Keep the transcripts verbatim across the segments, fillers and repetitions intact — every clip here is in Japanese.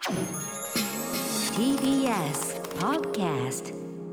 ティービーエス Podcast。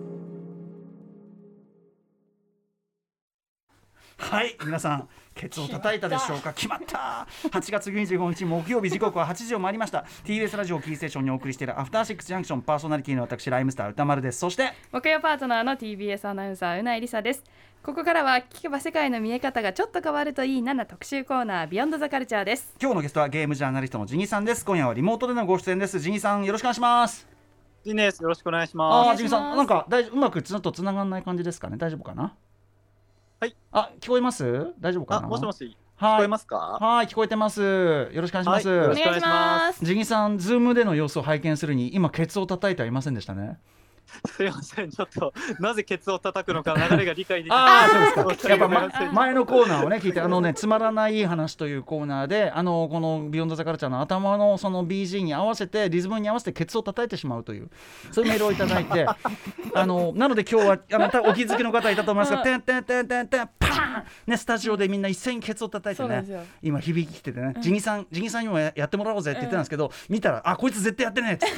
はい、皆さんケツを叩いたでしょうか。決まったはちがつにじゅうごにち木曜日、時刻ははちじを回りました。 ティービーエス ラジオキーステーションにお送りしているアフターシックスジャンクション、パーソナリティの私ライムスター歌丸です。そして木曜パートナーの ティービーエス アナウンサーうないりさです。ここからは聞けば世界の見え方がちょっと変わるといいなな特集コーナービヨンドザカルチャーです。 今日のゲストはゲームジャーナリストのジニさんです。今夜はリモートでのご出演です。ジニさんよろしくお願いします。 ジニです。よろしくお願いします。 あ、ジニさんなんか大うまくつなとつながらない感じですかね。大丈夫かな。 はい。 あ、聞こえます？大丈夫かな。 あ、もしもし。 はい、 聞こえますか？ はい、聞こえてます。よろしくお願いします。 はい、よろしくお願いしまます。 ジニさん、ズームでの様子を拝見するに今ケツを叩いてはいませんでしたね。 すいません、ちょっとなぜケツを叩くのか流れが理解できない。 ああ、そうですか。やっぱ、 まま、前のコーナーをね聞いて、あのねつまらない話というコーナーで、あのこのビヨンドザカルチャーの頭のその ビージー に合わせてリズムに合わせてケツを叩いてしまうというそういうメールをいただいてあのなので今日はあのお気づきの方いたと思いますが、てんてんてんてんてんパーンね、スタジオでみんな一斉にケツを叩いてね、今響ききててね、ジニさんジニさんにも や, やってもらおうぜって言ってたんですけど、うん、見たらあこいつ絶対やってねえっつって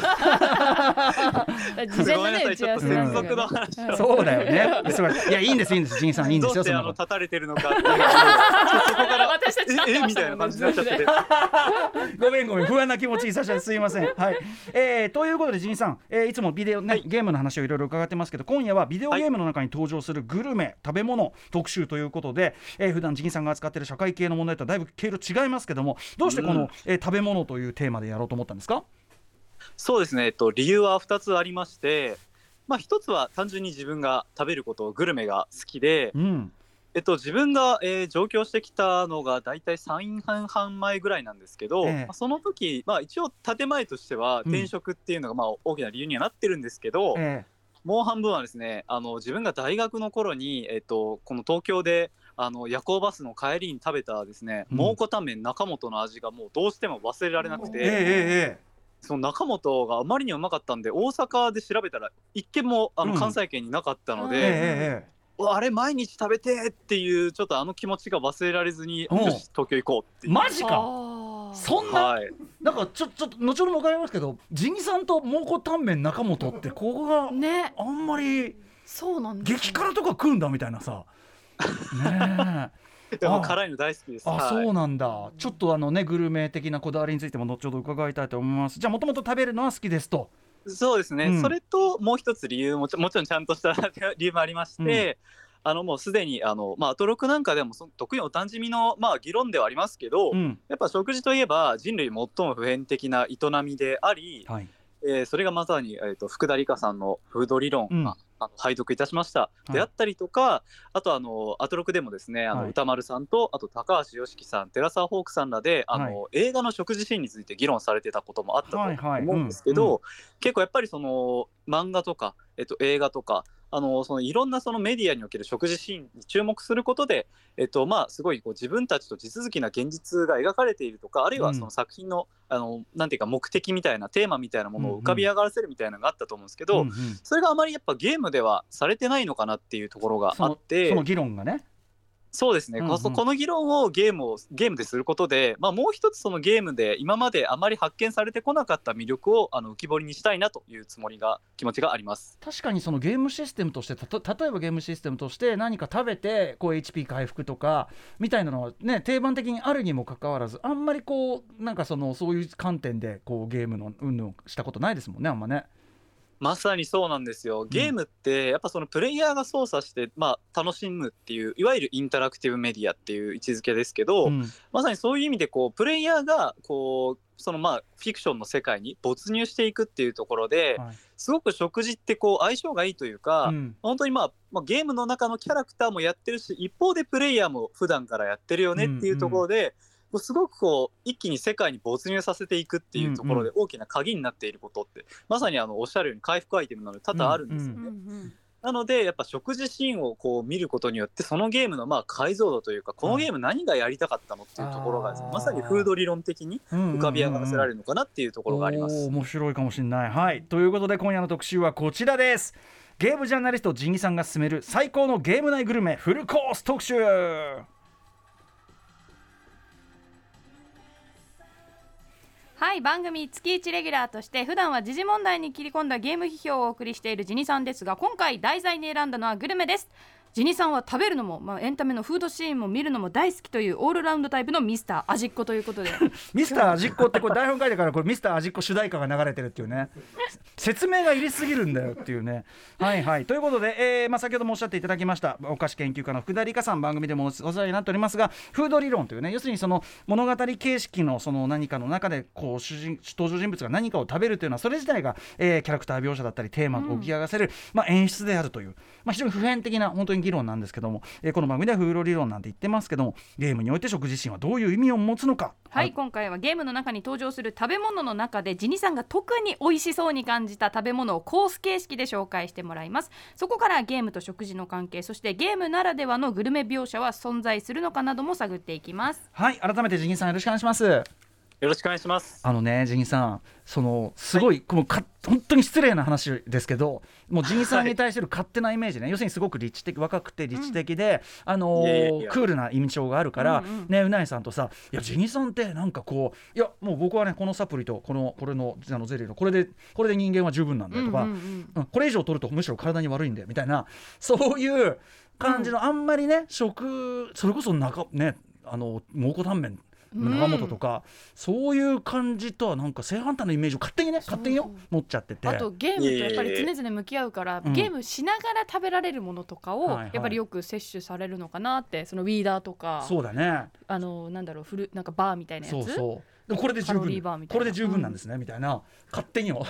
事前のね打ち合わせ専属の話を、 うん、そうだよね。すごい。いやいいんですいいんです。ジンさんいいんですよ。 どうしてあの立たれてるのかっていうそこから私たちええみたいな感じになっちゃっててごめんごめん不安な気持ちにさせてすいません。はい、えー、ということでジンさん、えー、いつもビデオね、はい、ゲームの話をいろいろ伺ってますけど、今夜はビデオゲームの中に登場するグルメ、はい、食べ物特集ということで、えー、普段ジンさんが扱っている社会系の問題とはだいぶ経路違いますけども、どうしてこの、うんえー、食べ物というテーマでやろうと思ったんですか？ そうですね、えっと、理由はふたつありまして、まあ、ひとつは単純に自分が食べることグルメが好きで、うんえっと、自分が、えー、上京してきたのがだいたいさんねんはん前ぐらいなんですけど、ええまあ、その時、まあ、一応建前としては転職っていうのがまあ大きな理由にはなってるんですけど、ええ、もう半分はですね、あの自分が大学の頃に、えっと、この東京であの夜行バスの帰りに食べたですね、うん、蒙古タンメン中本の味がもうどうしても忘れられなくて、えええその中本があまりにうまかったんで、大阪で調べたら一軒もあの関西圏になかったので、うんええ、あれ毎日食べてっていうちょっとあの気持ちが忘れられずに、よし東京行こうっていう。 マジか。そんな、はい、なんかちょっと後ほども伺いますけど、ジニさんと蒙古タンメン中本ってここがあんまりそうなんです、ね、 激辛とか食うんだみたいなさねえでも辛いの大好きです。 あ、 はい、 そうなんだ。ちょっとあのねグルメ的なこだわりについても後ほど伺いたいと思います。じゃあもともと食べるのは好きですと。 そうですね、うん、それともう一つ理由 も, ちもちろんちゃんとした理由もありまして、うん、あのもうすでにあの、まあ、アトロクなんかでも特におなじみの、まあ、議論ではありますけど、うん、やっぱ食事といえば人類最も普遍的な営みであり、はいえー、それがまさに、えー、と福田理香さんのフード理論、うんまああの拝読いたしました、はい、であったりとか、あとあのアトロクでもですね、あの、はい、歌丸さんとあと高橋良樹さん、寺澤ホークさんらであの、はい、映画の食事シーンについて議論されてたこともあったと思うんですけど、はいはいうん、結構やっぱりその漫画とか、えっと、映画とかあのそのいろんなそのメディアにおける食事シーンに注目することで、えっとまあ、すごいこう自分たちと地続きな現実が描かれているとか、あるいはその作品の、うん、あのなんていうか目的みたいなテーマみたいなものを浮かび上がらせるみたいなのがあったと思うんですけど、うんうん、それがあまりやっぱゲームではされてないのかなっていうところがあって、 その、その議論がね。 そうですね、うんうん、この議論をゲームをゲームですることで、まあ、もう一つそのゲームで今まであまり発見されてこなかった魅力をあの浮き彫りにしたいなというつもりが気持ちがあります。 確かにそのゲームシステムとしてたと例えばゲームシステムとして何か食べてこう エイチピー 回復とかみたいなのは、ね、定番的にあるにもかかわらず、あんまりこうなんかそのそういう観点でこうゲームの運動したことないですもんね、あんまね。 まさにそうなんですよ。ゲームってやっぱそのプレイヤーが操作して、まあ、楽しむっていういわゆるインタラクティブメディアっていう位置づけですけど、うん、まさにそういう意味でこうプレイヤーがこうそのまあフィクションの世界に没入していくっていうところで、はい、すごく食事ってこう相性がいいというか、うん、本当に、まあ、まあゲームの中のキャラクターもやってるし、一方でプレイヤーも普段からやってるよねっていうところで、うんうんすごくこう一気に世界に没入させていくっていうところで大きな鍵になっていることって、うんうん、まさにあのおっしゃるように回復アイテムなので多々あるんですよね、うんうん、なのでやっぱ食事シーンをこう見ることによってそのゲームのまあ解像度というか、このゲーム何がやりたかったのっていうところがですね、まさにフード理論的に浮かび上がらせられるのかなっていうところがあります、うんうんうん、 面白いかもしれない。はい、ということで今夜の特集はこちらです。ゲームジャーナリストジンギさんが勧める最高のゲーム内グルメフルコース特集。 はい、番組月いちレギュラーとして普段は時事問題に切り込んだゲーム批評をお送りしているジニさんですが、今回題材に選んだのはグルメです。ジニさんは食べるのも、まあ、エンタメのフードシーンも見るのも大好きというオールラウンドタイプのミスター味っ子ということでミスター味っ子ってこれ台本書いてからこれミスター味っ子主題歌が流れてるっていうね、説明が入れすぎるんだよっていうね。はいはい、ということで、えーまあ、先ほどもおっしゃっていただきましたお菓子研究家の福田理香さん、番組でもお世話になっておりますが、フード理論というね、要するにその物語形式のその何かの中でこう主人登場人物が何かを食べるというのはそれ自体が、えー、キャラクター描写だったりテーマを起き上がせる、うんまあ、演出であるという、まあ、非常に普遍的な本当に議論なんですけども、えー、この番組ではフード理論なんて言ってますけども、ゲームにおいて食自身はどういう意味を持つのか。 はい、今回はゲームの中に登場する食べ物の中でジニさんが特に美味しそうに感じた食べ物をコース形式で紹介してもらいます。そこからゲームと食事の関係、そしてゲームならではのグルメ描写は存在するのかなども探っていきます。 はい、改めてジニさんよろしくお願いします。 よろしくお願いします。 あのね、ジニさん、そのすごい、はい、このか本当に失礼な話ですけど、もうジニさんに対する勝手なイメージね、はい、要するにすごく理知的、若くて理知的で、うん、あのー、いやいやいやクールな印象があるから、うんうん、ね、うないさんとさ、いやジニさんってなんかこう、いやもう僕はねこのサプリとこのこれのあのゼリーのこれでこれで人間は十分なんだよとか、うんうんうん、これ以上取るとむしろ体に悪いんだよみたいな、そういう感じの、うん、あんまりね食それこそ中ねあの蒙古タンメン長本とか、うん、そういう感じとはなんか正反対のイメージを勝手にね勝手によ持っちゃってて、 あとゲームとやっぱり常々向き合うから、えー、ゲームしながら食べられるものとかをやっぱりよく摂取されるのかなって、そのウィーダーとか、 そうだね、 あのなんだろうフルなんかバーみたいなやつ、 そうそうでもこれで十分これで十分なんですね、うん、みたいな勝手によ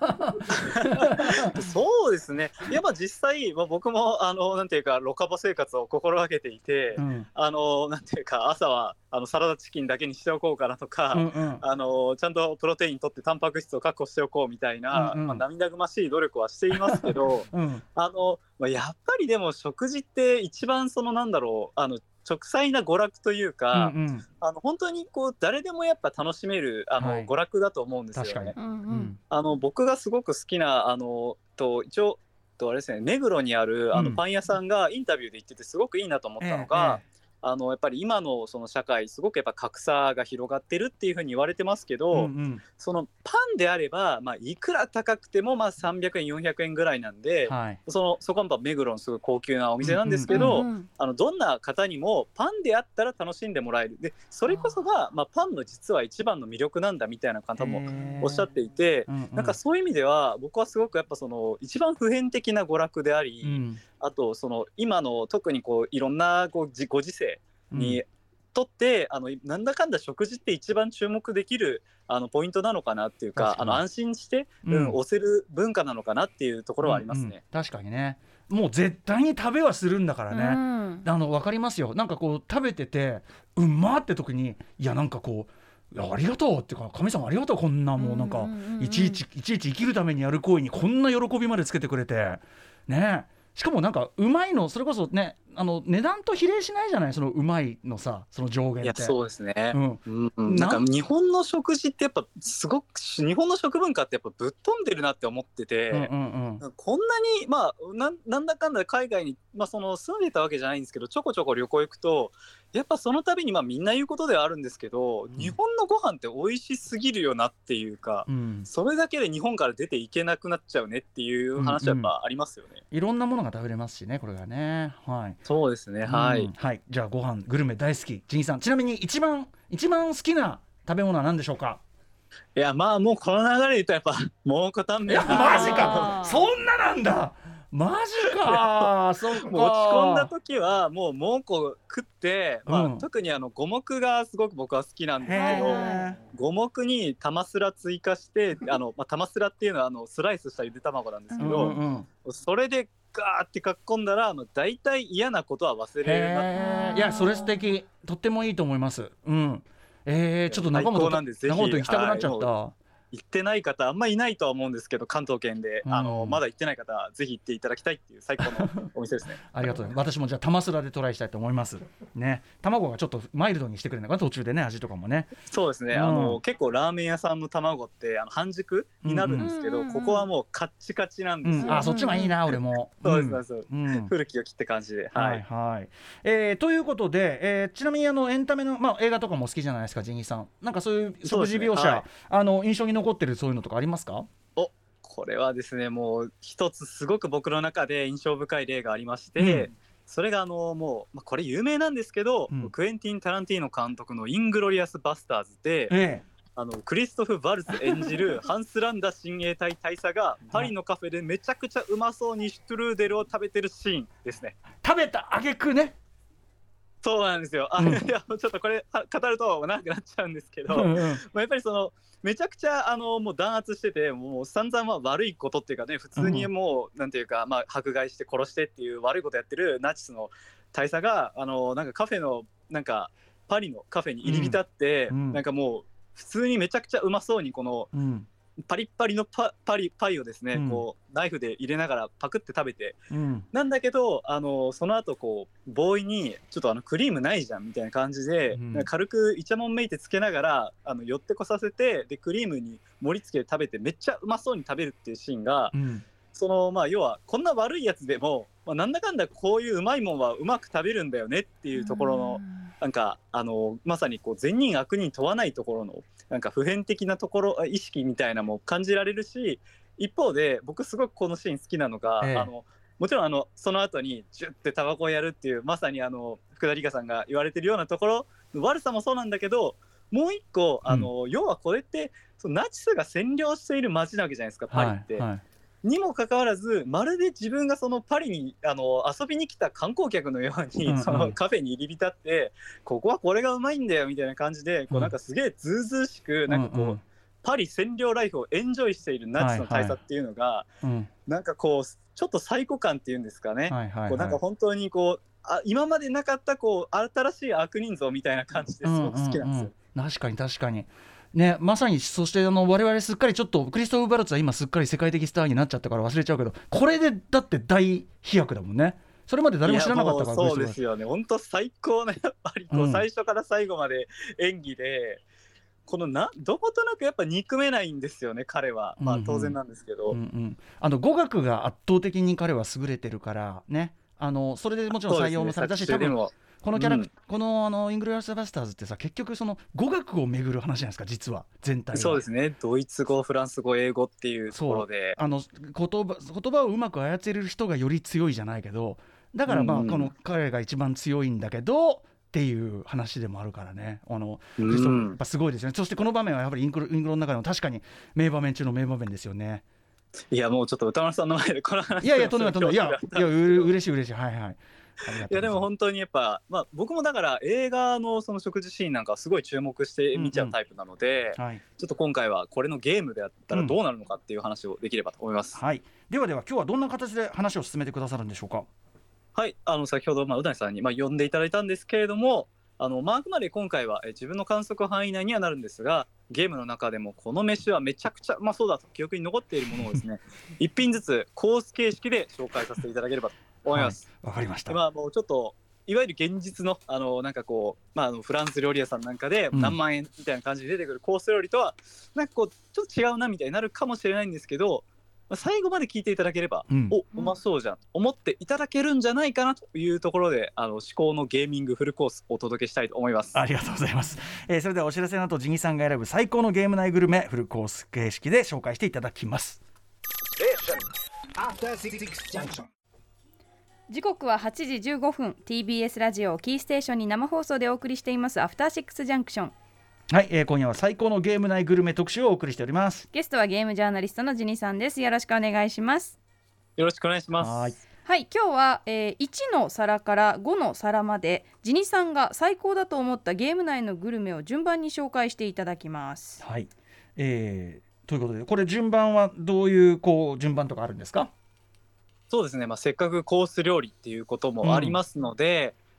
そうですね。やっぱ実際、まあ、僕もあのなんていうかロカボ生活を心がけていて、うん、あのなんていうか朝はあのサラダチキンだけにしておこうかなとか、うんうん、あのちゃんとプロテイン取ってタンパク質を確保しておこうみたいな、うんうん、まあ、涙ぐましい努力はしていますけど、うん、あのまあ、やっぱりでも食事って一番そのなんだろうあの直裁な娯楽というか、うんうん、あの本当にこう誰でもやっぱ楽しめるあの、はい、娯楽だと思うんですよね。確かに、うんうん、あの僕がすごく好きなあのと一応とあれですね、目黒にあるあのパン屋さんがインタビューで言っててすごくいいなと思ったのが、ええええ、あのやっぱり今のその社会すごくやっぱ格差が広がってるっていうふうに言われてますけど、うんうん、そのパンであれば、まあ、いくら高くてもまあさんびゃくえんよんひゃくえんぐらいなんで、はい、そのそこは目黒のすごい高級なお店なんですけど、うんうんうん、あのどんな方にもパンであったら楽しんでもらえる、でそれこそが、まあ、パンの実は一番の魅力なんだみたいな方もおっしゃっていて、うんうん、なんかそういう意味では僕はすごくやっぱその一番普遍的な娯楽であり、うん、あとその今の特にこういろんなこうご時世にとって、うん、あのなんだかんだ食事って一番注目できるあのポイントなのかなっていうか、あの安心して、うん、押せる文化なのかなっていうところはありますね、うんうん、 確かにね、もう絶対に食べはするんだからね、うん、あの分かりますよ。なんかこう食べててうんまって時にいやなんかこういやありがとうっていうか神様ありがとう、こんなもうなんかいちいちいちいち生きるためにやる行為にこんな喜びまでつけてくれてね。しかもなんかうまいのそれこそね、あの値段と比例しないじゃない、そのうまいのさ、その上限って。いやそうですね、うんうん、なんか日本の食事ってやっぱすごく日本の食文化ってやっぱぶっ飛んでるなって思ってて、うんうんうん、こんなにまあ な, なんだかんだ海外に、まあ、その住んでたわけじゃないんですけど、ちょこちょこ旅行行くとやっぱその度にまあみんな言うことではあるんですけど、うん、日本のご飯って美味しすぎるよなっていうか、うん、それだけで日本から出ていけなくなっちゃうねっていう話はやっぱありますよね、うんうん、 いろんなものが食べれますしね、これがね、はい、 そうですね、はい、 うん、はい、じゃあご飯グルメ大好きジンさん、ちなみに一番一番好きな食べ物は何でしょうか？ いやまあもうこの流れで言うとやっぱ蒙古タンメン。 いやマジか、そんななんだ、マジかそっか。 もう落ち込んだ時はもう蒙古食って、まあうん、特にあの五目がすごく僕は好きなんですけど、五目に玉すら追加してあの、まあ、玉すらっていうのはあのスライスしたゆで卵なんですけど、うんうん、それでガーってかっこんだらあの大体嫌なことは忘れるなって。 いやそれ素敵、とってもいいと思います。うん、えー、ちょっと中本中本行きたくなっちゃった。 行ってない方あんまいないとは思うんですけど、関東圏で、うん、あのまだ行ってない方はぜひ行っていただきたいっていう最高のお店ですねありがとうございます。私もじゃあ玉すらでトライしたいと思いますね。卵がちょっとマイルドにしてくれるのかな、途中でね、味とかもね。 そうですね、うん、あの結構ラーメン屋さんの卵ってあの半熟になるんですけど、うんうん、ここはもうカッチカチなんですよ、 うん、あそっちもいいな俺もそうですそうです、うん、古き良きって感じで、はい、 はいはい、えー、ということで、えー、ちなみにあのエンタメの、まあ、映画とかも好きじゃないですか、ジニーさん。なんかそういう食事描写、ね、はい、あの印象に残ってるそういうのとかありますか？ お、これはですね、もう一つすごく僕の中で印象深い例がありまして、うん、それがあのもう、まあ、これ有名なんですけど、うん、クエンティン・タランティーノ監督のイングロリアス・バスターズで、ええ、あのクリストフ・バルツ演じるハンス・ランダ親衛隊大佐がパリのカフェでめちゃくちゃうまそうにシュトゥルーデルを食べてるシーンですね。 食べた挙句ね。 そうなんですよ。あ、うん、いやちょっとこれ語ると長くなっちゃうんですけど、うんうん、まあ、やっぱりそのめちゃくちゃあのもう弾圧してて、もう散々は悪いことっていうかね、普通にもう、うん、なんていうか、まあ、迫害して殺してっていう悪いことやってるナチスの大佐があのなんかカフェのなんかパリのカフェに入り浸って、うん、なんかもう普通にめちゃくちゃうまそうにこの、うん、パリッパリの パ, パ, リパイをですね、うん、こうナイフで入れながらパクって食べて、うん、なんだけどあのその後こうボーイにちょっとあのクリームないじゃんみたいな感じで、うん、軽くイチャモンめいてつけながらあの寄ってこさせて、でクリームに盛り付けて食べてめっちゃうまそうに食べるっていうシーンが、うん、そのまあ要はこんな悪いやつでも、まあ、なんだかんだこういううまいもんはうまく食べるんだよねっていうところの、なんかあのまさにこう善人悪人問わないところのなんか普遍的なところ意識みたいなのも感じられるし、一方で僕すごくこのシーン好きなのが、ええ、あのもちろんあのその後にジュッてタバコをやるっていうまさにあの福田理香さんが言われてるようなところの悪さもそうなんだけど、もう一個あの、うん、要はこれってそのナチスが占領している街なわけじゃないですか、パリって、はいはい、にもかかわらずまるで自分がそのパリにあの遊びに来た観光客のように、うんうん、そのカフェに入り浸ってここはこれがうまいんだよみたいな感じで、こうなんかすげえずうずうしくなんかこう、うんうん、パリ占領ライフをエンジョイしているナチスの大佐っていうのが、はいはい、なんかこうちょっとサイコ感っていうんですかね、はいはいはい、こうなんか本当にこうあ今までなかったこう新しい悪人像みたいな感じですごく好きなんですよ、うんうんうん、 確かに確かにね、まさに。そしてあの我々すっかりちょっとクリストフ・バルツは今すっかり世界的スターになっちゃったから忘れちゃうけど、これでだって大飛躍だもんね。それまで誰も知らなかったから。 そうですよね、本当最高のやっぱりこう最初から最後まで演技で、うん、このなどことなくやっぱ憎めないんですよね彼は、まあ当然なんですけど、うんうんうん、 あの語学が圧倒的に彼は優れてるからね、あのそれでもちろん採用もされたし、ね、多分このキャラク、うん、この、あのイングロリアスバスターズってさ、結局その語学をめぐる話じゃないですか、実は全体は。 そうですね、ドイツ語フランス語英語っていうところで、 あの言葉、言葉をうまく操れる人がより強いじゃないけど、だからまあ、うん、この彼が一番強いんだけどっていう話でもあるからね、あの、うん、やっぱすごいですよね。そしてこの場面はやっぱりイングロ、イングロの中でも確かに名場面中の名場面ですよね。 いやもうちょっと歌丸さんの前でこの話、 いやいやとんでもないとんでもない、いやいやう嬉しい嬉しい、はいはい。 いやでも本当にやっぱ、まあ、僕もだから映画 の, その食事シーンなんかすごい注目して見ちゃうタイプなので、うんうん、はい、ちょっと今回はこれのゲームであったらどうなるのかっていう話をできればと思います、 うん、はい、ではでは今日はどんな形で話を進めてくださるんでしょうか。 はい、あの先ほどまあうだにさんにまあ呼んでいただいたんですけれども、あのまああくまで今回はえ自分の観測範囲内にはなるんですが、ゲームの中でもこの飯はめちゃくちゃうまそうだと記憶に残っているものをですね一品ずつコース形式で紹介させていただければと思います。 わ、はい、かりました。 まあもうちょっといわゆる現実 の, あのなんかこう、まあ、あのフランス料理屋さんなんかで何万円みたいな感じで出てくるコース料理とはなんかこうちょっと違うなみたいになるかもしれないんですけど、まあ、最後まで聞いていただければ、うん、おうまそうじゃん思っていただけるんじゃないかなというところで、あの至高のゲーミングフルコースをお届けしたいと思います。 ありがとうございます、えー、それではお知らせの後、ジニさんが選ぶ最高のゲーム内グルメフルコース形式で紹介していただきます。 時刻ははちじじゅうごふん、 ティービーエス ラジオキーステーションに生放送でお送りしていますアフターシックスジャンクション。 はい、えー、今夜は最高のゲーム内グルメ特集をお送りしております。 ゲストはゲームジャーナリストのジニさんです。よろしくお願いします。 よろしくお願いします。 はい、 はい、今日は、えー、いちの皿からごの皿までジニさんが最高だと思ったゲーム内のグルメを順番に紹介していただきます。 はい、えー、ということでこれ順番はどういうこう順番とかあるんですか。 そうですね、まあ、せっかくコース料理っていうこともありますので、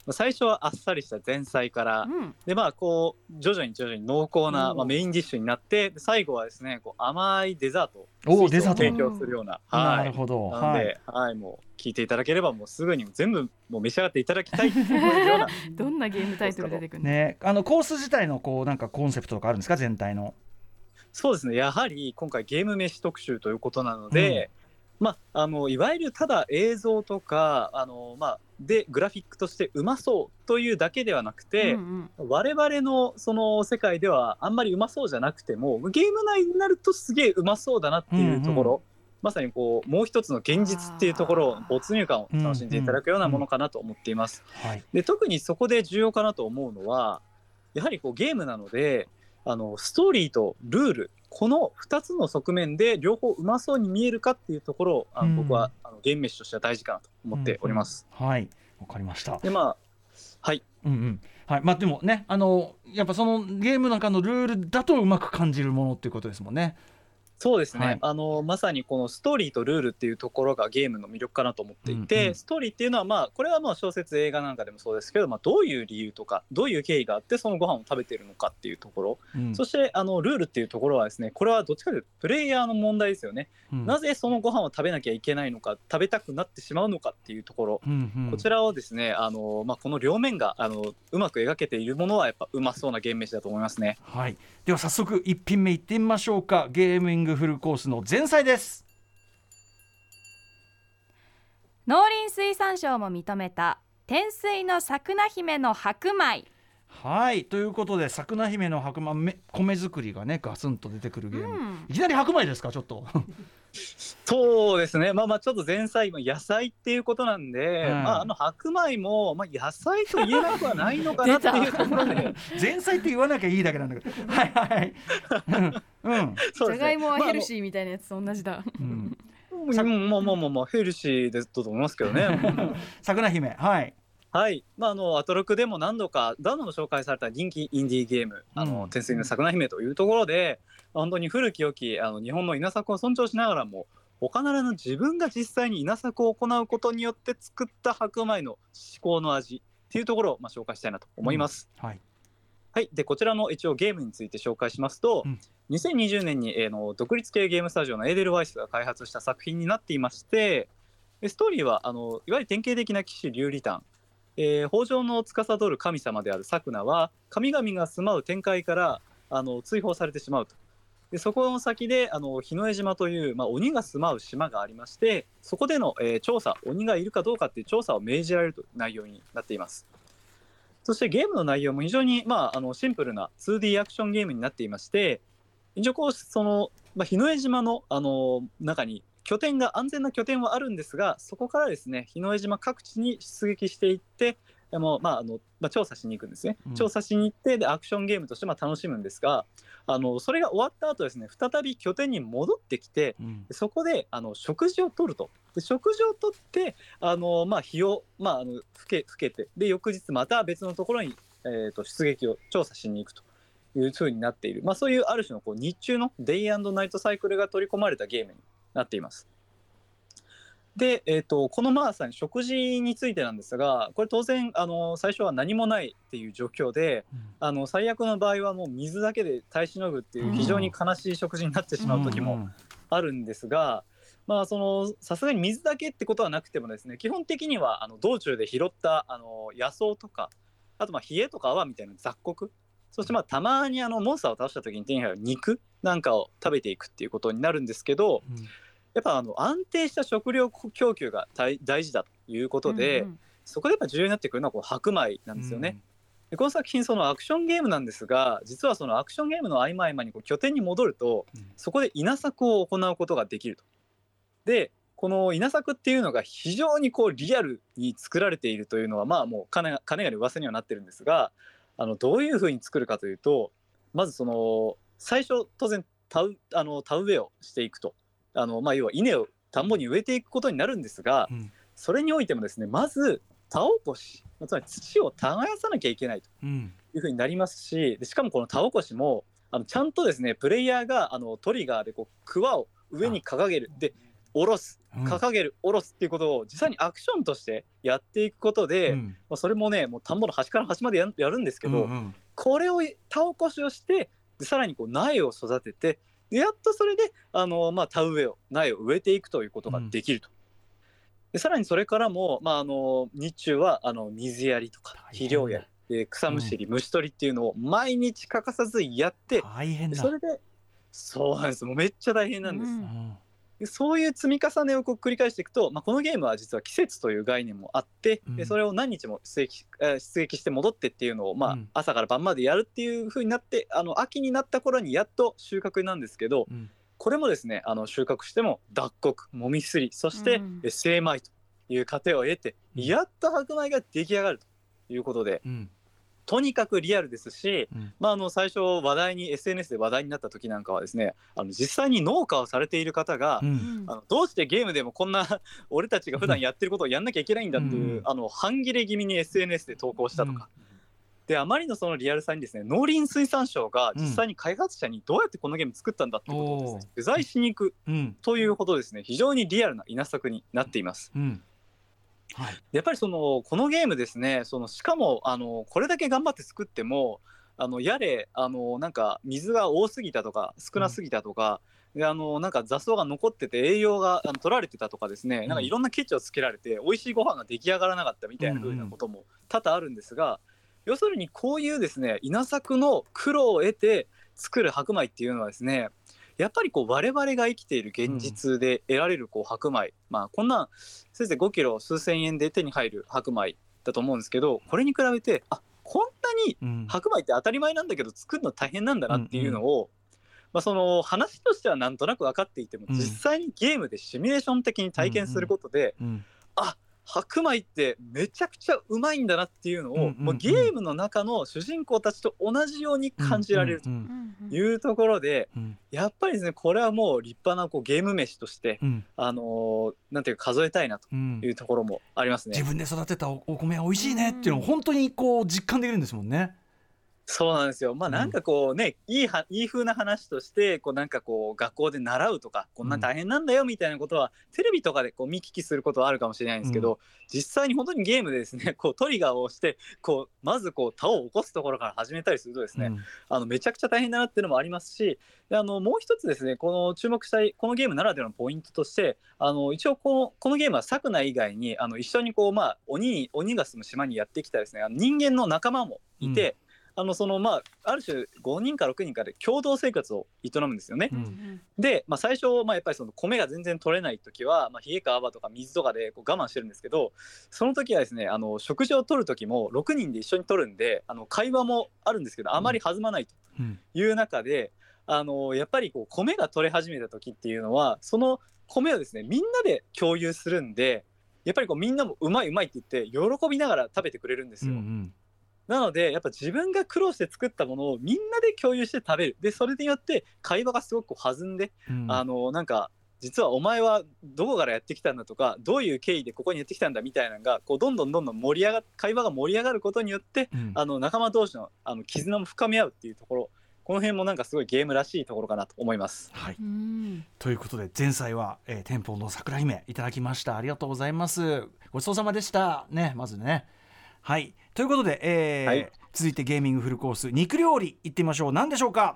最初はあっさりした前菜から、うん、でまあこう徐々に徐々に濃厚な、まあ、メインディッシュになって、最後はですねこう甘いデザートを提供するような、はい、 なるほど。 なので、はいはい、もう聞いていただければもうすぐに全部もう召し上がっていただきたいというようなどんなゲームタイトル出てくるの、 ね、あのコース自体のこうなんかコンセプトとかあるんですか、全体の。 そうですね、やはり今回ゲーム飯特集ということなので、うん、まあ、あのいわゆるただ映像とかあの、まあ、でグラフィックとしてうまそうというだけではなくて、うんうん、我々のその世界ではあんまりうまそうじゃなくてもゲーム内になるとすげえうまそうだなっていうところ、うんうん、まさにこうもう一つの現実っていうところを没入感を楽しんでいただくようなものかなと思っています、うんうんはい、で特にそこで重要かなと思うのはやはりこうゲームなのであのストーリーとルールこのふたつの側面で両方うまそうに見えるかっていうところをあの、うん、僕はあのゲーム飯としては大事かなと思っております、 うんうん、はいわかりました。 でまあはい、 うんうんはいまあ、でもねあのやっぱそのゲームの中のルールだとうまく感じるものっていうことですもんね。 そうですね、 はい、 あのまさにこのストーリーとルールっていうところがゲームの魅力かなと思っていて、うんうん、ストーリーっていうのは、まあ、これはまあ小説映画なんかでもそうですけど、まあ、どういう理由とかどういう経緯があってそのご飯を食べているのかっていうところ、うん、そしてあのルールっていうところはですねこれはどっちかというとプレイヤーの問題ですよね、うん、なぜそのご飯を食べなきゃいけないのか食べたくなってしまうのかっていうところ、うんうん、こちらをですねあの、まあ、この両面があのうまく描けているものはやっぱうまそうなゲーム飯だと思いますね。 はい、では早速いち品目いってみましょうか。ゲーミングフルコースの前菜です。 農林水産省も認めた天水のさくな姫の白米。 はいということでさくな姫の白米米作りがねガツンと出てくるゲーム、うん、いきなり白米ですかちょっとそうですね、まあまあちょっと前菜野菜っていうことなんで、うんまあ、あの白米も、まあ、野菜と言えなくはないのかなっていうところで前菜って言わなきゃいいだけなんだけどはいはいうん、じゃがいもはヘルシーみたいなやつと同じだ、 うんうん、まあまあまあまあヘルシーだと思いますけどねさくな姫はいはい、まあ、あのアトロクでも何度か何度も紹介された人気インディーゲーム、あの、うん、天水のさくな姫というところで本当に古き良きあの日本の稲作を尊重しながらも他ならぬ自分が実際に稲作を行うことによって作った白米の至高の味っていうところをまあ紹介したいなと思います、 うんはいはい、でこちらの一応ゲームについて紹介しますと、うん、にせんにじゅうねんに、えー、の独立系ゲームスタジオのエーデルワイスが開発した作品になっていまして、ストーリーはあのいわゆる典型的な騎士竜理譚、えー、北条の司る神様であるサクナは神々が住まう天界からあの追放されてしまうと。でそこの先であの日之江島という、まあ、鬼が住まう島がありまして、そこでの、えー、調査鬼がいるかどうかっていう調査を命じられるという内容になっています。そしてゲームの内容も非常に、まあ、あのシンプルな ツーディー アクションゲームになっていまして、一応こうその、まあ、日之江島の、あの中に拠点が安全な拠点はあるんですが、そこからですね日之江島各地に出撃していってでも、まああのまあ、調査しに行くんですね、うん、調査しに行ってでアクションゲームとしてまあ楽しむんですが、あのそれが終わった後ですね再び拠点に戻ってきて、うん、そこであの食事をとると。で食事をとってあの、まあ、日を、まあ、あのふけ、ふけてで翌日また別のところに、えー、と出撃を調査しに行くという風になっている、まあ、そういうある種のこう日中のデイ&ナイトサイクルが取り込まれたゲームになっています。で、えー、とこのまさに食事についてなんですが、これ当然あの最初は何もないっていう状況で、うん、あの最悪の場合はもう水だけで耐えしのぐっていう非常に悲しい食事になってしまう時もあるんですが、まあそのさすがに水だけってことはなくてもですね、基本的にはあの道中で拾ったあの野草とか、あとまあ冷えとか泡みたいな雑穀、そしてまあたまにあのモンスターを倒した時に手に入る肉なんかを食べていくっていうことになるんですけど、うん、やっぱあの安定した食料供給が大事だということで、うんうん、そこでやっぱ重要になってくるのはこう白米なんですよね、うん、でこの作品そのアクションゲームなんですが、実はそのアクションゲームの合間合間にこう拠点に戻ると、うん、そこで稲作を行うことができると。でこの稲作っていうのが非常にこうリアルに作られているというのはまあもうかねがね噂にはなってるんですが、あのどういうふうに作るかというと、まずその最初当然田植あの田植えをしていくと、あの、まあ、要は稲を田んぼに植えていくことになるんですが、うん、それにおいてもですねまず田起こし、つまり土を耕さなきゃいけないというふうになりますし、でしかもこの田起こしもあのちゃんとですねプレイヤーがあのトリガーでこうクワを上に掲げる、で下ろす、掲げる、下ろすっていうことを実際にアクションとしてやっていくことで、うん、まあ、それもねもう田んぼの端から端まで や, やるんですけど、うんうん、これを田起こしをしてでさらにこう苗を育ててでやっとそれであの、まあ、田植えを苗を植えていくということができると、うん、でさらにそれからも、まあ、あの日中はあの水やりとか肥料やりで草むしり、うん、虫取りっていうのを毎日欠かさずやって大変だ。 それでそうなんです、もうめっちゃ大変なんです、うん、でそういう積み重ねをこう繰り返していくと、まあ、このゲームは実は季節という概念もあって、うん、でそれを何日も出撃、えー、出撃して戻ってっていうのを、まあ、朝から晩までやるっていう風になってあの秋になった頃にやっと収穫なんですけど、うん、これもですねあの収穫しても脱穀もみすりそして精米という過程を得て、うん、やっと白米が出来上がるということで、うん、とにかくリアルですし、うんまあ、あの最初話題に エスエヌエス で話題になった時なんかはですねあの実際に農家をされている方が、うん、あのどうしてゲームでもこんな俺たちが普段やってることをやんなきゃいけないんだっていう、うん、あの半切れ気味に エスエヌエス で投稿したとか、うん、であまりのそのリアルさにですね農林水産省が実際に開発者にどうやってこのゲーム作ったんだってことをですね、うん、取材しに行くというほどですね非常にリアルな稲作になっています、うんはい、やっぱりそのこのゲームですねそのしかもあのこれだけ頑張って作ってもあのやれあのなんか水が多すぎたとか少なすぎたとか、うん、であのなんか雑草が残ってて栄養があの取られてたとかですね、うん、なんかいろんなケチをつけられて美味しいご飯が出来上がらなかったみたいな風なことも多々あるんですが、うんうん、要するにこういうですね稲作の苦労を得て作る白米っていうのはですねやっぱりこう我々が生きている現実で得られるこう白米、うんまあ、こんなんせいぜいごキロ数千円で手に入る白米だと思うんですけどこれに比べてあこんなに白米って当たり前なんだけど作るの大変なんだなっていうのを、うんうんまあ、その話としてはなんとなく分かっていても、うん、実際にゲームでシミュレーション的に体験することで、うんうん、あ白米ってめちゃくちゃうまいんだなっていうのを、うんうんうん、もうゲームの中の主人公たちと同じように感じられるというところで、うんうんうん、やっぱりですねこれはもう立派なこうゲーム飯として、うんあのー、なんていうか数えたいなというところもありますね、 うん、自分で育てた お, お米は美味しいねっていうのを本当にこう実感できるんですもんね。 そうなんですよ。まあなんかこうね、うん、いいはいい風な話としてこうなんかこう学校で習うとかこんな大変なんだよみたいなことは、うん、テレビとかでこう見聞きすることはあるかもしれないんですけど、うん、実際に本当にゲームでですねこうトリガーを押してこうまずこう田を起こすところから始めたりするとですね、うん、あのめちゃくちゃ大変だなっていうのもありますし、であのもう一つですねこの注目したいこのゲームならではのポイントとしてあの一応このこのゲームはサクナ以外にあの一緒にこう、まあ、鬼, 鬼が住む島にやってきたですねあの人間の仲間もいて、うんあのそのまあ、ある種ごにんかろくにんかで共同生活を営むんですよね、うん、で、まあ、最初、まあ、やっぱりその米が全然取れない時は、まあ、冷えか泡とか水とかでこう我慢してるんですけどその時はですねあの食事を取る時もろくにんで一緒に取るんであの会話もあるんですけどあまり弾まないという中で、うん、あのやっぱりこう米が取れ始めた時っていうのはその米をですねみんなで共有するんでやっぱりこうみんなもうまいうまいって言って喜びながら食べてくれるんですよ、うんうんなのでやっぱ自分が苦労して作ったものをみんなで共有して食べるでそれによって会話がすごくこう弾んで、うん、あのなんか実はお前はどこからやってきたんだとかどういう経緯でここにやってきたんだみたいなのがこうどんどんどんどん盛り上が会話が盛り上がることによって、うん、あの仲間同士のあの絆も深め合うっていうところこの辺もなんかすごいゲームらしいところかなと思います、 はい、ということで前菜は、えー、店舗の桜姫いただきましたありがとうございますごちそうさまでしたねまずねはいということで、えーはい、続いてゲーミングフルコース肉料理いってみましょう。何でしょうか。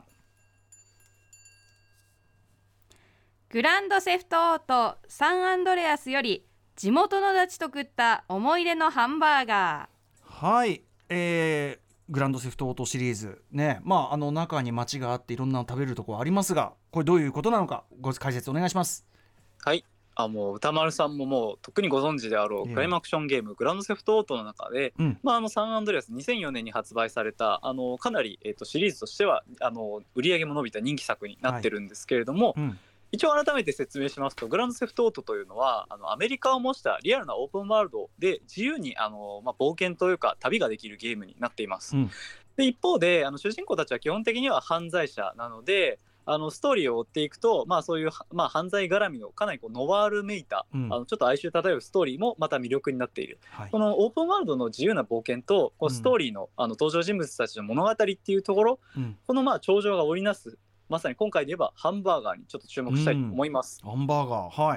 グランドセフトオートサンアンドレアスより地元のダチと食った思い出のハンバーガー。はい、えー、グランドセフトオートシリーズね、まああの中に街があっていろんなの食べるところありますがこれどういうことなのかご解説お願いします。 はいあもう歌丸さんももう特にご存知であろうクライムアクションゲームグランドセフトオートの中で、うんまあ、あのサンアンドレアスにせんよねんに発売されたあのかなり、えー、とシリーズとしてはあの売り上げも伸びた人気作になってるんですけれども、はいうん、一応改めて説明しますとグランドセフトオートというのはあのアメリカを模したリアルなオープンワールドで自由にあの、まあ、冒険というか旅ができるゲームになっています、うん、で一方であの主人公たちは基本的には犯罪者なのであのストーリーを追っていくと、まあ、そういう、まあ、犯罪絡みのかなりこうノワールめいた、うん、あのちょっと哀愁漂うストーリーもまた魅力になっている、はい、このオープンワールドの自由な冒険とこうストーリー の,、うん、あの登場人物たちの物語っていうところ、うん、このまあ頂上が織りなすまさに今回で言えばハンバーガーにちょっと注目したいと思います、 うん、ハンバーガーはい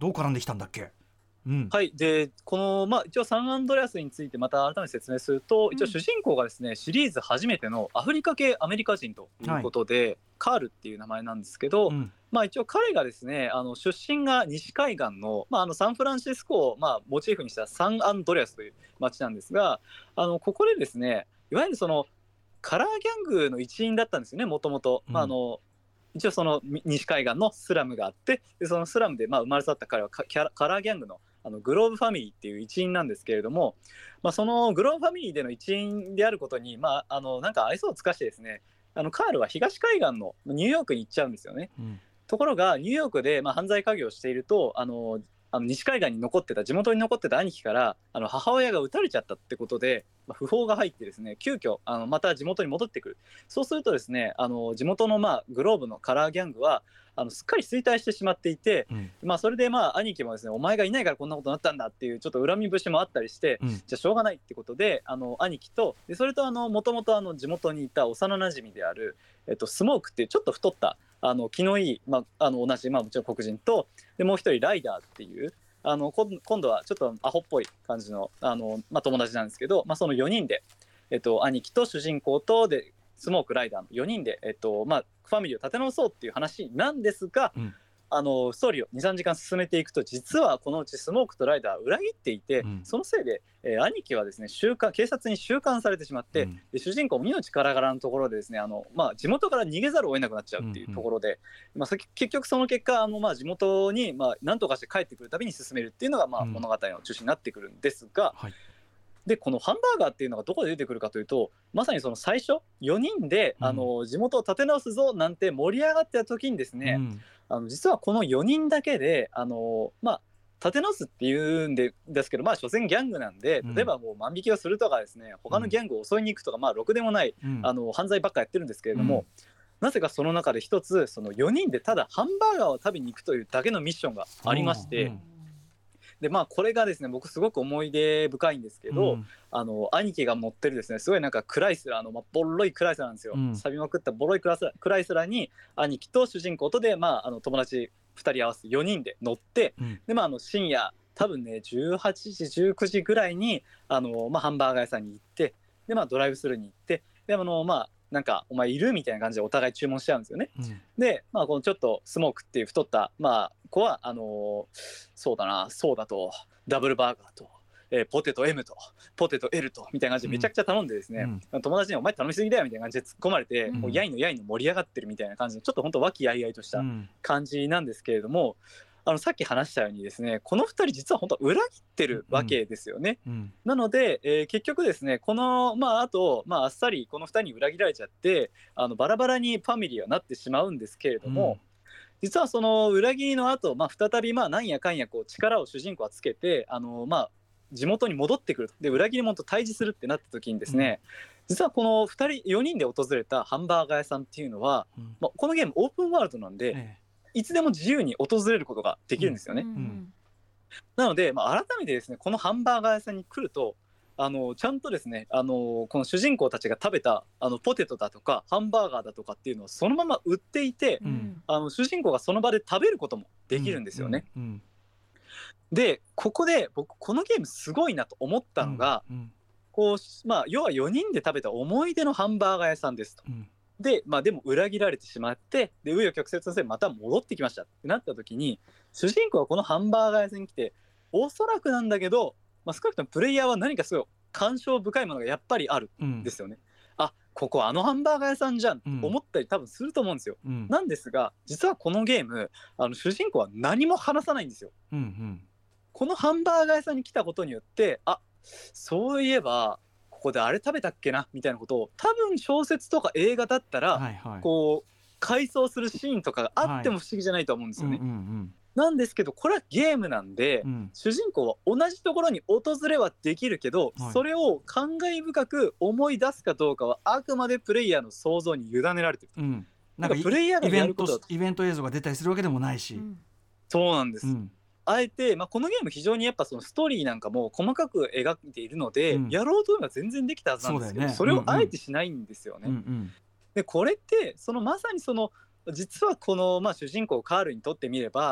どう絡んできたんだっけ。うん、 はい。でこの、まあ、一応サンアンドレアスについてまた改めて説明すると、一応主人公がですねシリーズ初めてのアフリカ系アメリカ人ということで、はい、カールっていう名前なんですけど、うん、まあ、一応彼がですねあの出身が西海岸の、まあ、あのサンフランシスコを、まあ、モチーフにしたサンアンドレアスという町なんですが、あのここでですねいわゆるそのカラーギャングの一員だったんですよね、もともと。まああの一応その西海岸のスラムがあって、でそのスラムでまあ生まれ育った彼はカラーギャングのあのグローブファミリーっていう一員なんですけれども、まあ、そのグローブファミリーでの一員であることに、まあ、あのなんか愛想を尽かしてですね、あのカールは東海岸のニューヨークに行っちゃうんですよね、うん、ところがニューヨークでまあ犯罪稼業をしていると、あのあの西海岸に残ってた地元に残ってた兄貴からあの母親が撃たれちゃったってことで、まあ、訃報が入ってですね急遽あのまた地元に戻ってくる。そうするとですねあの地元のまあグローブのカラーギャングはあのすっかり衰退してしまっていて、うん、まあ、それでまあ兄貴もですねお前がいないからこんなことになったんだっていうちょっと恨み節もあったりして、うん、じゃあしょうがないってことであの兄貴とでそれともともと地元にいた幼なじみである、えっと、スモークっていうちょっと太ったあの気のいい、まあ、あの同じ、まあ、もちろん黒人とでもう一人ライダーっていうあの今度はちょっとアホっぽい感じの、あの、まあ、友達なんですけど、まあ、そのよにんで、えっと、兄貴と主人公とでスモークライダーのよにんで、えっとまあ、ファミリーを立て直そうっていう話なんですが、うん、あのストーリーを にさんじかん進めていくと実はこのうちスモークとライダーは裏切っていて、うん、そのせいで、えー、兄貴はですね収監警察に収監されてしまって、うん、で主人公も命からがらのところでですねあの、まあ、地元から逃げざるを得なくなっちゃうっていうところで、うんうんまあ、結局その結果あの、まあ、地元に、まあ、何とかして帰ってくるたびに進めるっていうのが、まあ、物語の中心になってくるんですが、うんはいでこのハンバーガーっていうのがどこで出てくるかというとまさにその最初よにんで、うん、あの地元を立て直すぞなんて盛り上がってた時にですね、うん、あの実はこのよにんだけであの、まあ、立て直すっていうんでですけどまあ所詮ギャングなんで例えばもう万引きをするとかですね他のギャングを襲いに行くとか、まあろくでもない、うん、あの犯罪ばっかやってるんですけれども、うん、なぜかその中で一つそのよにんでただハンバーガーを食べに行くというだけのミッションがありまして、うんうんでまあ、これがですね僕すごく思い出深いんですけど、うん、あの兄貴が持ってるですねすごいなんかクライスラーの、まあ、ボロいクライスラーなんですよ、うん、錆びまくったボロいクライスラー、クライスラーに兄貴と主人公とで、まあ、あの友達ふたり合わせてよにんで乗って、うんでまあ、あの深夜多分ねじゅうはちじじゅうくじぐらいにあの、まあ、ハンバーガー屋さんに行ってで、まあ、ドライブスルーに行ってであのまあなんかお前いるみたいな感じでお互い注文しちゃうんですよね、うん、で、まあ、このちょっとスモークっていう太った、まあ、子はあのー、そうだなそうだとダブルバーガーと、えー、ポテト M とポテト L とみたいな感じでめちゃくちゃ頼んでですね、うん、友達にお前頼みすぎだよみたいな感じで突っ込まれて、うん、もうやいのやいの盛り上がってるみたいな感じのちょっと本当和気あいあいとした感じなんですけれども、あのさっき話したようにですねこのふたり実は本当裏切ってるわけですよね、うんうん、なので、えー、結局ですねこのまああと、まあ、あっさりこのふたりに裏切られちゃってあのバラバラにファミリーはなってしまうんですけれども、うん実はその裏切りの後、まあ再びまあなんやかんやこう力を主人公はつけてあのまあ地元に戻ってくるで裏切り者と対峙するってなった時にですね、うん、実はこのふたりよにんで訪れたハンバーガー屋さんっていうのは、うんまあ、このゲームオープンワールドなんで、ええ、いつでも自由に訪れることができるんですよね、うんうん、なので、まあ、改めてですねこのハンバーガー屋さんに来るとあのちゃんとですねあのこの主人公たちが食べたあのポテトだとかハンバーガーだとかっていうのをそのまま売っていて、うん、あの主人公がその場で食べることもできるんですよね、うんうんうん、でここで僕このゲームすごいなと思ったのが、うんうんこうまあ、要はよにんで食べた思い出のハンバーガー屋さんですと、うんで, まあ、でも裏切られてしまってで紆余曲折のせいまた戻ってきましたってなった時に主人公はこのハンバーガー屋さんに来ておそらくなんだけどまあ、少なくともプレイヤーは何かすごい感傷深いものがやっぱりあるんですよね、うん、あここあのハンバーガー屋さんじゃんと思ったり多分すると思うんですよ、うん、なんですが実はこのゲームあの主人公は何も話さないんですよ、うんうん、このハンバーガー屋さんに来たことによってあそういえばここであれ食べたっけなみたいなことを多分小説とか映画だったら、はいはい、こう回想するシーンとかがあっても不思議じゃないと思うんですよね、はいうんうんうんなんですけどこれはゲームなんで、うん、主人公は同じところに訪れはできるけど、はい、それを感慨深く思い出すかどうかはあくまでプレイヤーの想像に委ねられてる、うん、なんかプレイヤーがやることだとイベント映像が出たりするわけでもないし、うん、 そうなんです、うん、あえて、まあ、このゲーム非常にやっぱそのストーリーなんかも細かく描いているので、うん、やろうというのは全然できたはずなんですけど そ,、ね、それをあえてしないんですよね、うんうん、でこれってそのまさにその実はこの、まあ、主人公カールにとってみれば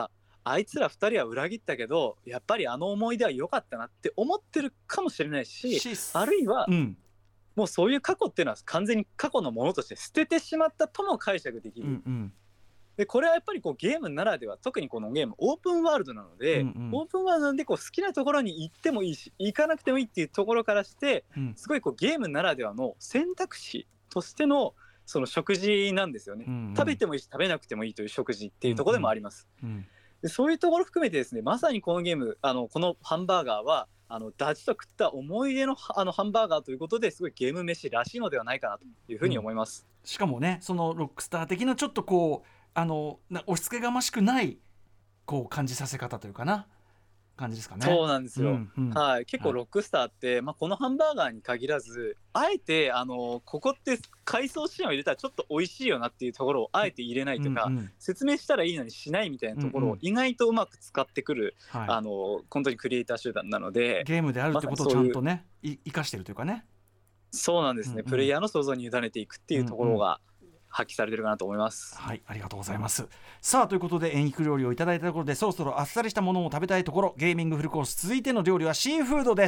あいつらふたりは裏切ったけどやっぱりあの思い出は良かったなって思ってるかもしれないし、あるいは、うん、もうそういう過去っていうのは完全に過去のものとして捨ててしまったとも解釈できる、うんうん、でこれはやっぱりこうゲームならでは、特にこのゲームオープンワールドなので、うんうん、オープンワールドなんでこう好きなところに行ってもいいし行かなくてもいいっていうところからして、うん、すごいこうゲームならではの選択肢としてのその食事なんですよね、うんうん、食べてもいいし食べなくてもいいという食事っていうところでもあります、うんうん、でそういうところ含めてですね、まさにこのゲームあのこのハンバーガーはあのダチと食った思い出 の, あのハンバーガーということですごいゲーム飯らしいのではないかなというふうに思います、 うん、しかもねそのロックスター的なちょっとこうあの押し付けがましくないこう感じさせ方というかな感じですかね。 そうなんですよ、うんうん、はい、結構ロックスターって、はい、まあ、このハンバーガーに限らずあえてあのここって海藻シーンを入れたらちょっと美味しいよなっていうところをあえて入れないとか、うんうん、説明したらいいのにしないみたいなところを意外とうまく使ってくる、うんうん、あの本当にクリエイター集団なので、 ゲームであるってことをちゃんとね、ま、生かしてるというかね。 そうなんですね、うんうん、プレイヤーの想像に委ねていくっていうところが、うんうん、発揮されてるかなと思います。 はい、ありがとうございます。さあということで演肉料理をいただいたところでそろそろあっさりしたものを食べたいところ、ゲーミングフルコース続いての料理はシーフードです。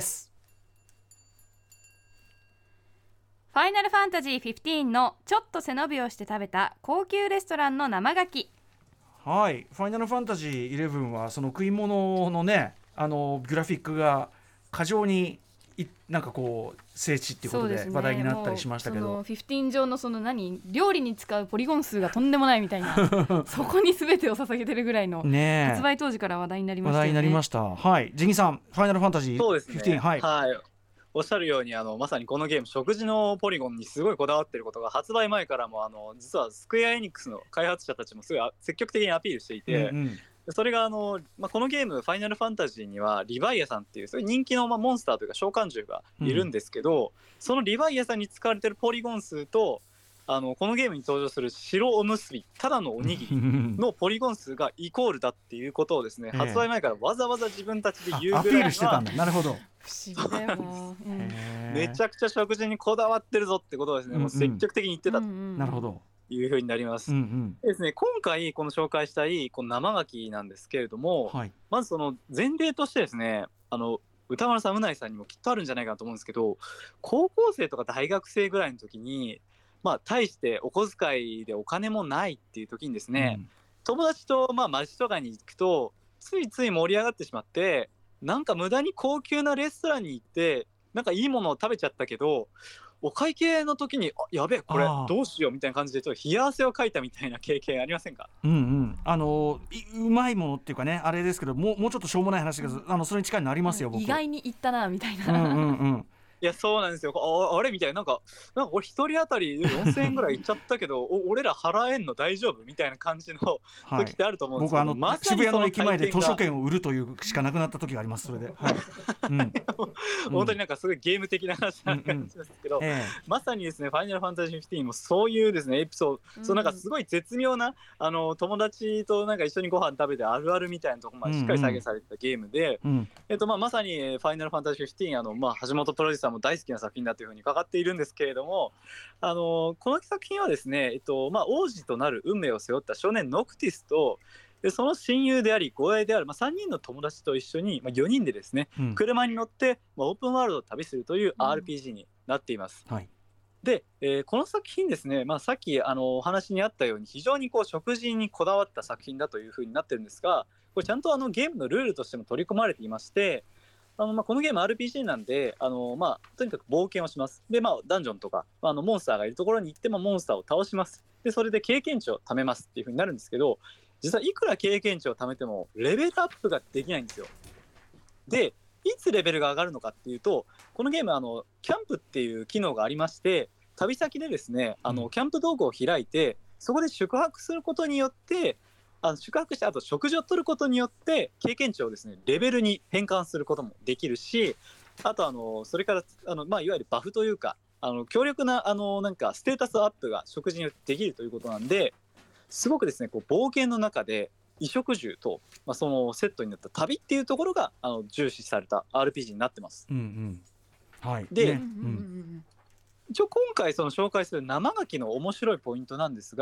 ファイナルファンタジーじゅうごのちょっと背伸びをして食べた高級レストランの生牡蠣。 はい、ファイナルファンタジーじゅういちはその食い物のねあのグラフィックが過剰になんかこう聖地っていうことで話題になったりしましたけど、 じゅうご上のその何料理に使うポリゴン数がとんでもないみたいなそこに全てを捧げてるぐらいの、ね、発売当時から話題になりましたよね。 話題になりました。はい、ジギさんファイナルファンタジーじゅうご、 そうですね、はい、はい、おっしゃるようにあのまさにこのゲーム食事のポリゴンにすごいこだわっていることが発売前からもあの実はスクエアエニックスの開発者たちもすごい積極的にアピールしていて、うんうん、それがあの、まあ、このゲームファイナルファンタジーにはリヴァイアさんっていうすごい人気のまあモンスターというか召喚獣がいるんですけど、うん、そのリヴァイアさんに使われているポリゴン数とあのこのゲームに登場する白おむすびただのおにぎりのポリゴン数がイコールだっていうことをですね、発売前からわざわざ自分たちで言うぐらいはアピールしてたんだ。なるほど、 不思議だよな、うん、 めちゃくちゃ食事にこだわってるぞってことをですね、うんうん、もう積極的に言ってたと、 なるほどいう風になります、うんうん、ですね、今回この紹介したいこの生牡蠣なんですけれども、はい、まずその前例としてですね、あの歌丸さんうないさんにもきっとあるんじゃないかなと思うんですけど、高校生とか大学生ぐらいの時にまあ大してお小遣いでお金もないっていう時にですね、うん、友達とまあ街とかに行くとついつい盛り上がってしまってなんか無駄に高級なレストランに行ってなんかいいものを食べちゃったけどお会計の時にあやべえこれどうしようみたいな感じでちょっと冷や汗をかいたみたいな経験ありませんか？ うんうん、あのうまいものっていうかねあれですけどもう、もうちょっとしょうもない話だけど、うん、あのそれに近いのありますよ、僕意外に行ったなみたいな、 うんうんうんいやそうなんですよ。 あ, あれみたいななんかなんか俺一人当たりよんせんえんぐらいいっちゃったけどお俺ら払えんの大丈夫みたいな感じの時ってあると思うんですけど、はい、僕あの、 ま、渋谷の駅前で図書券を売るというしかなくなった時があります。それで、はいうん、 本当になんかすごいゲーム的な話な感じですけど、うんうんええ、まさにですねファイナルファンタジーじゅうごもそういうですねエピソード、うん、そうなんかすごい絶妙なあの友達となんか一緒にご飯食べてあるあるみたいなところまでしっかり再現されてたゲームで、うんうんえっとまあ、まさにファイナルファンタジーじゅうごあの、まあ、橋本プロデューサーも大好きな作品だというふうに伺っているんですけれども、あのこの作品はですね、えっとまあ、王子となる運命を背負った少年ノクティスとでその親友であり護衛である、まあ、さんにんの友達と一緒に、まあ、よにんでですね、うん、車に乗って、まあ、オープンワールドを旅するという アールピージー になっています、うんはいでえー、この作品ですね、まあ、さっきあのお話にあったように非常にこう食事にこだわった作品だというふうになってるんですが、これちゃんとあのゲームのルールとしても取り込まれていまして、あのまあこのゲーム アールピージー なんであの、まあ、とにかく冒険をします。で、まあ、ダンジョンとか、まあ、あのモンスターがいるところに行ってもモンスターを倒します。でそれで経験値を貯めますっていう風になるんですけど、実はいくら経験値を貯めてもレベルアップができないんですよ。でいつレベルが上がるのかっていうと、このゲームあのキャンプっていう機能がありまして、旅先でですねあのキャンプ道具を開いてそこで宿泊することによってあの宿泊してあと食事を取ることによって経験値をですねレベルに変換することもできるし、あとあのそれからあの、まあ、いわゆるバフというかあの強力なあのなんかステータスアップが食事によってできるということなんで、すごくですねこう冒険の中で衣食住と、まあ、そのセットになった旅っていうところがあの重視された アールピージー になってます、うんうんはい、で、ねうん一応今回その紹介する生牡蠣の面白いポイントなんですが、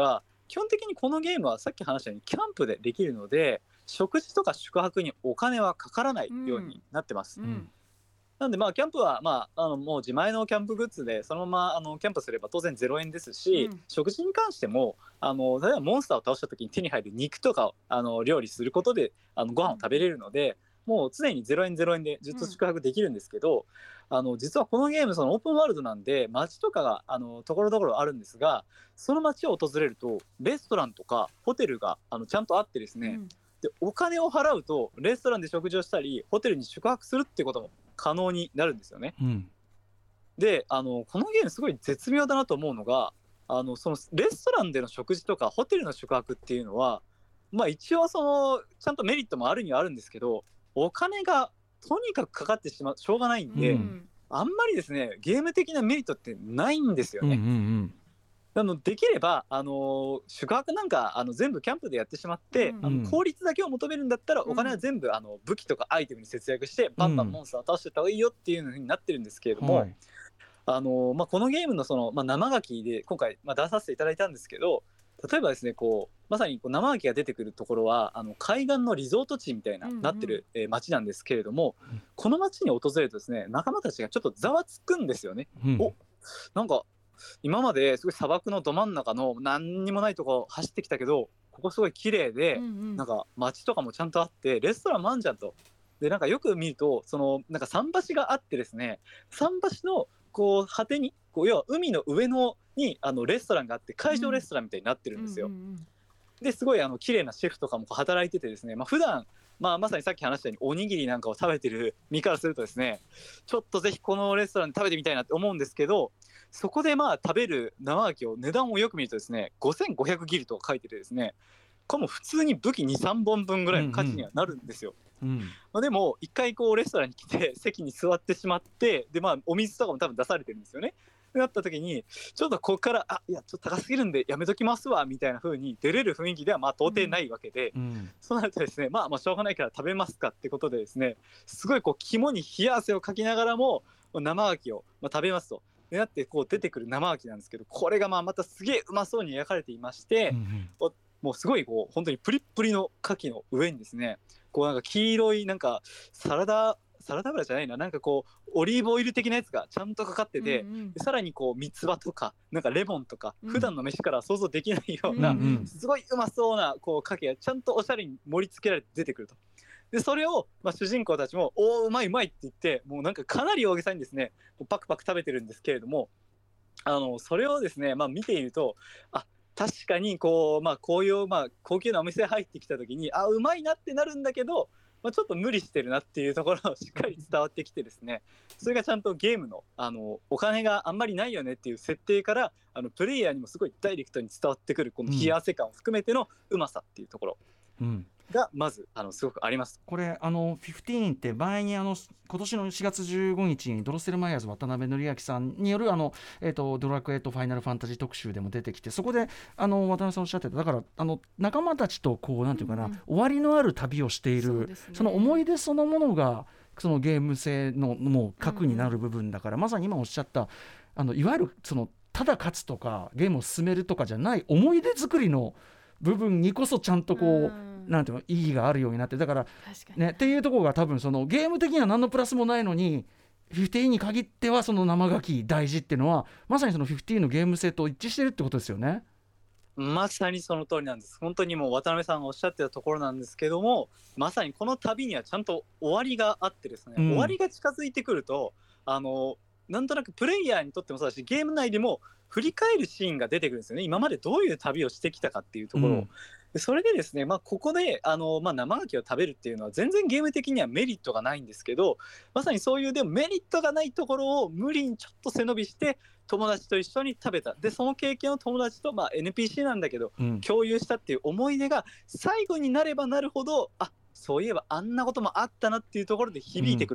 基本的にこのゲームはさっき話したようにキャンプでできるので、食事とか宿泊にお金はかからないようになってます、うんうん、なんでまあキャンプは、まあ、あのもう自前のキャンプグッズでそのままあのキャンプすれば当然ゼロえんですし、うん、食事に関してもあの例えばモンスターを倒した時に手に入る肉とかをあの料理することであのご飯を食べれるので、もう常にゼロえんゼロえんでずっと宿泊できるんですけど、うん、あの実はこのゲームそのオープンワールドなんで街とかがあのところどころあるんですが、その街を訪れるとレストランとかホテルがあのちゃんとあってですね、うん、でお金を払うとレストランで食事をしたりホテルに宿泊するっていうことも可能になるんですよね、うん、であのこのゲームすごい絶妙だなと思うのが、あのそのレストランでの食事とかホテルの宿泊っていうのは、まあ、一応そのちゃんとメリットもあるにはあるんですけど、お金がとにかくかかってしまうしょうがないんで、うん、あんまりですねゲーム的なメリットってないんですよね、うんうんうん、なのできれば、あのー、宿泊なんかあの全部キャンプでやってしまって、うん、あの効率だけを求めるんだったら、うん、お金は全部あの武器とかアイテムに節約してバンバンモンスターを倒していった方がいいよっていう風になってるんですけれども、はい、あのーまあ、このゲームの、その、まあ、生ガキで今回、まあ、出させていただいたんですけど、例えばですねこうまさにこう生ガキが出てくるところはあの海岸のリゾート地みたいな、うんうん、なってる、えー、街なんですけれども、うん、この街に訪れるとですね仲間たちがちょっとざわつくんですよね、うん、おなんか今まですごい砂漠のど真ん中の何にもないとこ走ってきたけど、ここすごい綺麗で、うんうん、なんか街とかもちゃんとあってレストランもあんじゃんと。でなんかよく見るとそのなんか桟橋があってですね、桟橋のこう果てにこう要は海の上のにあのレストランがあって海上レストランみたいになってるんですよ、うんうんうん、ですごいあの綺麗なシェフとかも働いててですね、まあ、普段まあ、まさにさっき話したようにおにぎりなんかを食べてる身からするとですね、ちょっとぜひこのレストランで食べてみたいなって思うんですけど、そこでまあ食べる生ガキを値段をよく見るとですねごせんごひゃくギルとか書いててですね、これも普通に武器 にさんぼんぶんぐらいの価値にはなるんですよ、うんうんまあ、でも一回こうレストランに来て席に座ってしまって、でまあお水とかも多分出されてるんですよね。なった時にちょっとここからあいやちょっと高すぎるんでやめときますわみたいな風に出れる雰囲気ではまあ到底ないわけで、うん、そうなるとですねまあまあしょうがないから食べますかってことでですね、すごいこう肝に冷や汗をかきながらも生ガキをまあ食べますとでなってこう出てくる生ガキなんですけど、これがまあまたすげえうまそうに焼かれていまして、うんうん、もうすごいこう本当にプリップリの牡蠣の上にですねこうなんか黄色いなんかサラダサラダ油じゃないな、なんかこうオリーブオイル的なやつがちゃんとかかってて、うんうん、さらにこう三つ葉とかなんかレモンとか、うん、普段の飯からは想像できないような、うんうん、すごい、うまそうなこう牡蠣がちゃんとおしゃれに盛り付けられて出てくると。でそれを、まあ、主人公たちもおーうまいうまいって言ってもうなんかかなり大げさにですねパクパク食べてるんですけれども、あのそれをですね、まあ、見ているとあ確かにこう、まあ、こういう、まあ、高級なお店入ってきた時にあうまいなってなるんだけど、まあ、ちょっと無理してるなっていうところをしっかり伝わってきてですね、それがちゃんとゲームの、あのお金があんまりないよねっていう設定からあのプレイヤーにもすごいダイレクトに伝わってくるこの冷や汗感を含めてのうまさっていうところ、うんがまずあのすごくあります。 これあのじゅうごって前にあの今年のしがつじゅうごにちにドロッセルマイヤーズ渡辺則明さんによるあの、えー、とドラクエとファイナルファンタジー特集でも出てきて、そこであの渡辺さんおっしゃってただからあの仲間たちとこうなんていうかな、うんうん、終わりのある旅をしている そ,、ね、その思い出そのものがそのゲーム性のもう核になる部分だから、うんうん、まさに今おっしゃったあのいわゆるそのただ勝つとかゲームを進めるとかじゃない思い出作りの部分にこそちゃんとこう、うんなんていうの意義があるようになってだから、ね、っていうところが多分そのゲーム的には何のプラスもないのにじゅうごに限ってはその生ガキ大事っていうのはまさにそのじゅうごのゲーム性と一致してるってことですよね。 まさにその通りなんです。本当にもう渡辺さんがおっしゃってたところなんですけども、まさにこの旅にはちゃんと終わりがあってですね、うん、終わりが近づいてくるとあのなんとなくプレイヤーにとってもそうだしゲーム内でも振り返るシーンが出てくるんですよね。今までどういう旅をしてきたかっていうところを、うんでそれでですね、まあ、ここであの、まあ、生牡蠣を食べるっていうのは全然ゲーム的にはメリットがないんですけど、まさにそういうでもメリットがないところを無理にちょっと背伸びして友達と一緒に食べた。でその経験を友達と、まあ、エヌピーシー なんだけど、うん、共有したっていう思い出が最後になればなるほどあそういえばあんなこともあったなっていうところで響いてくる、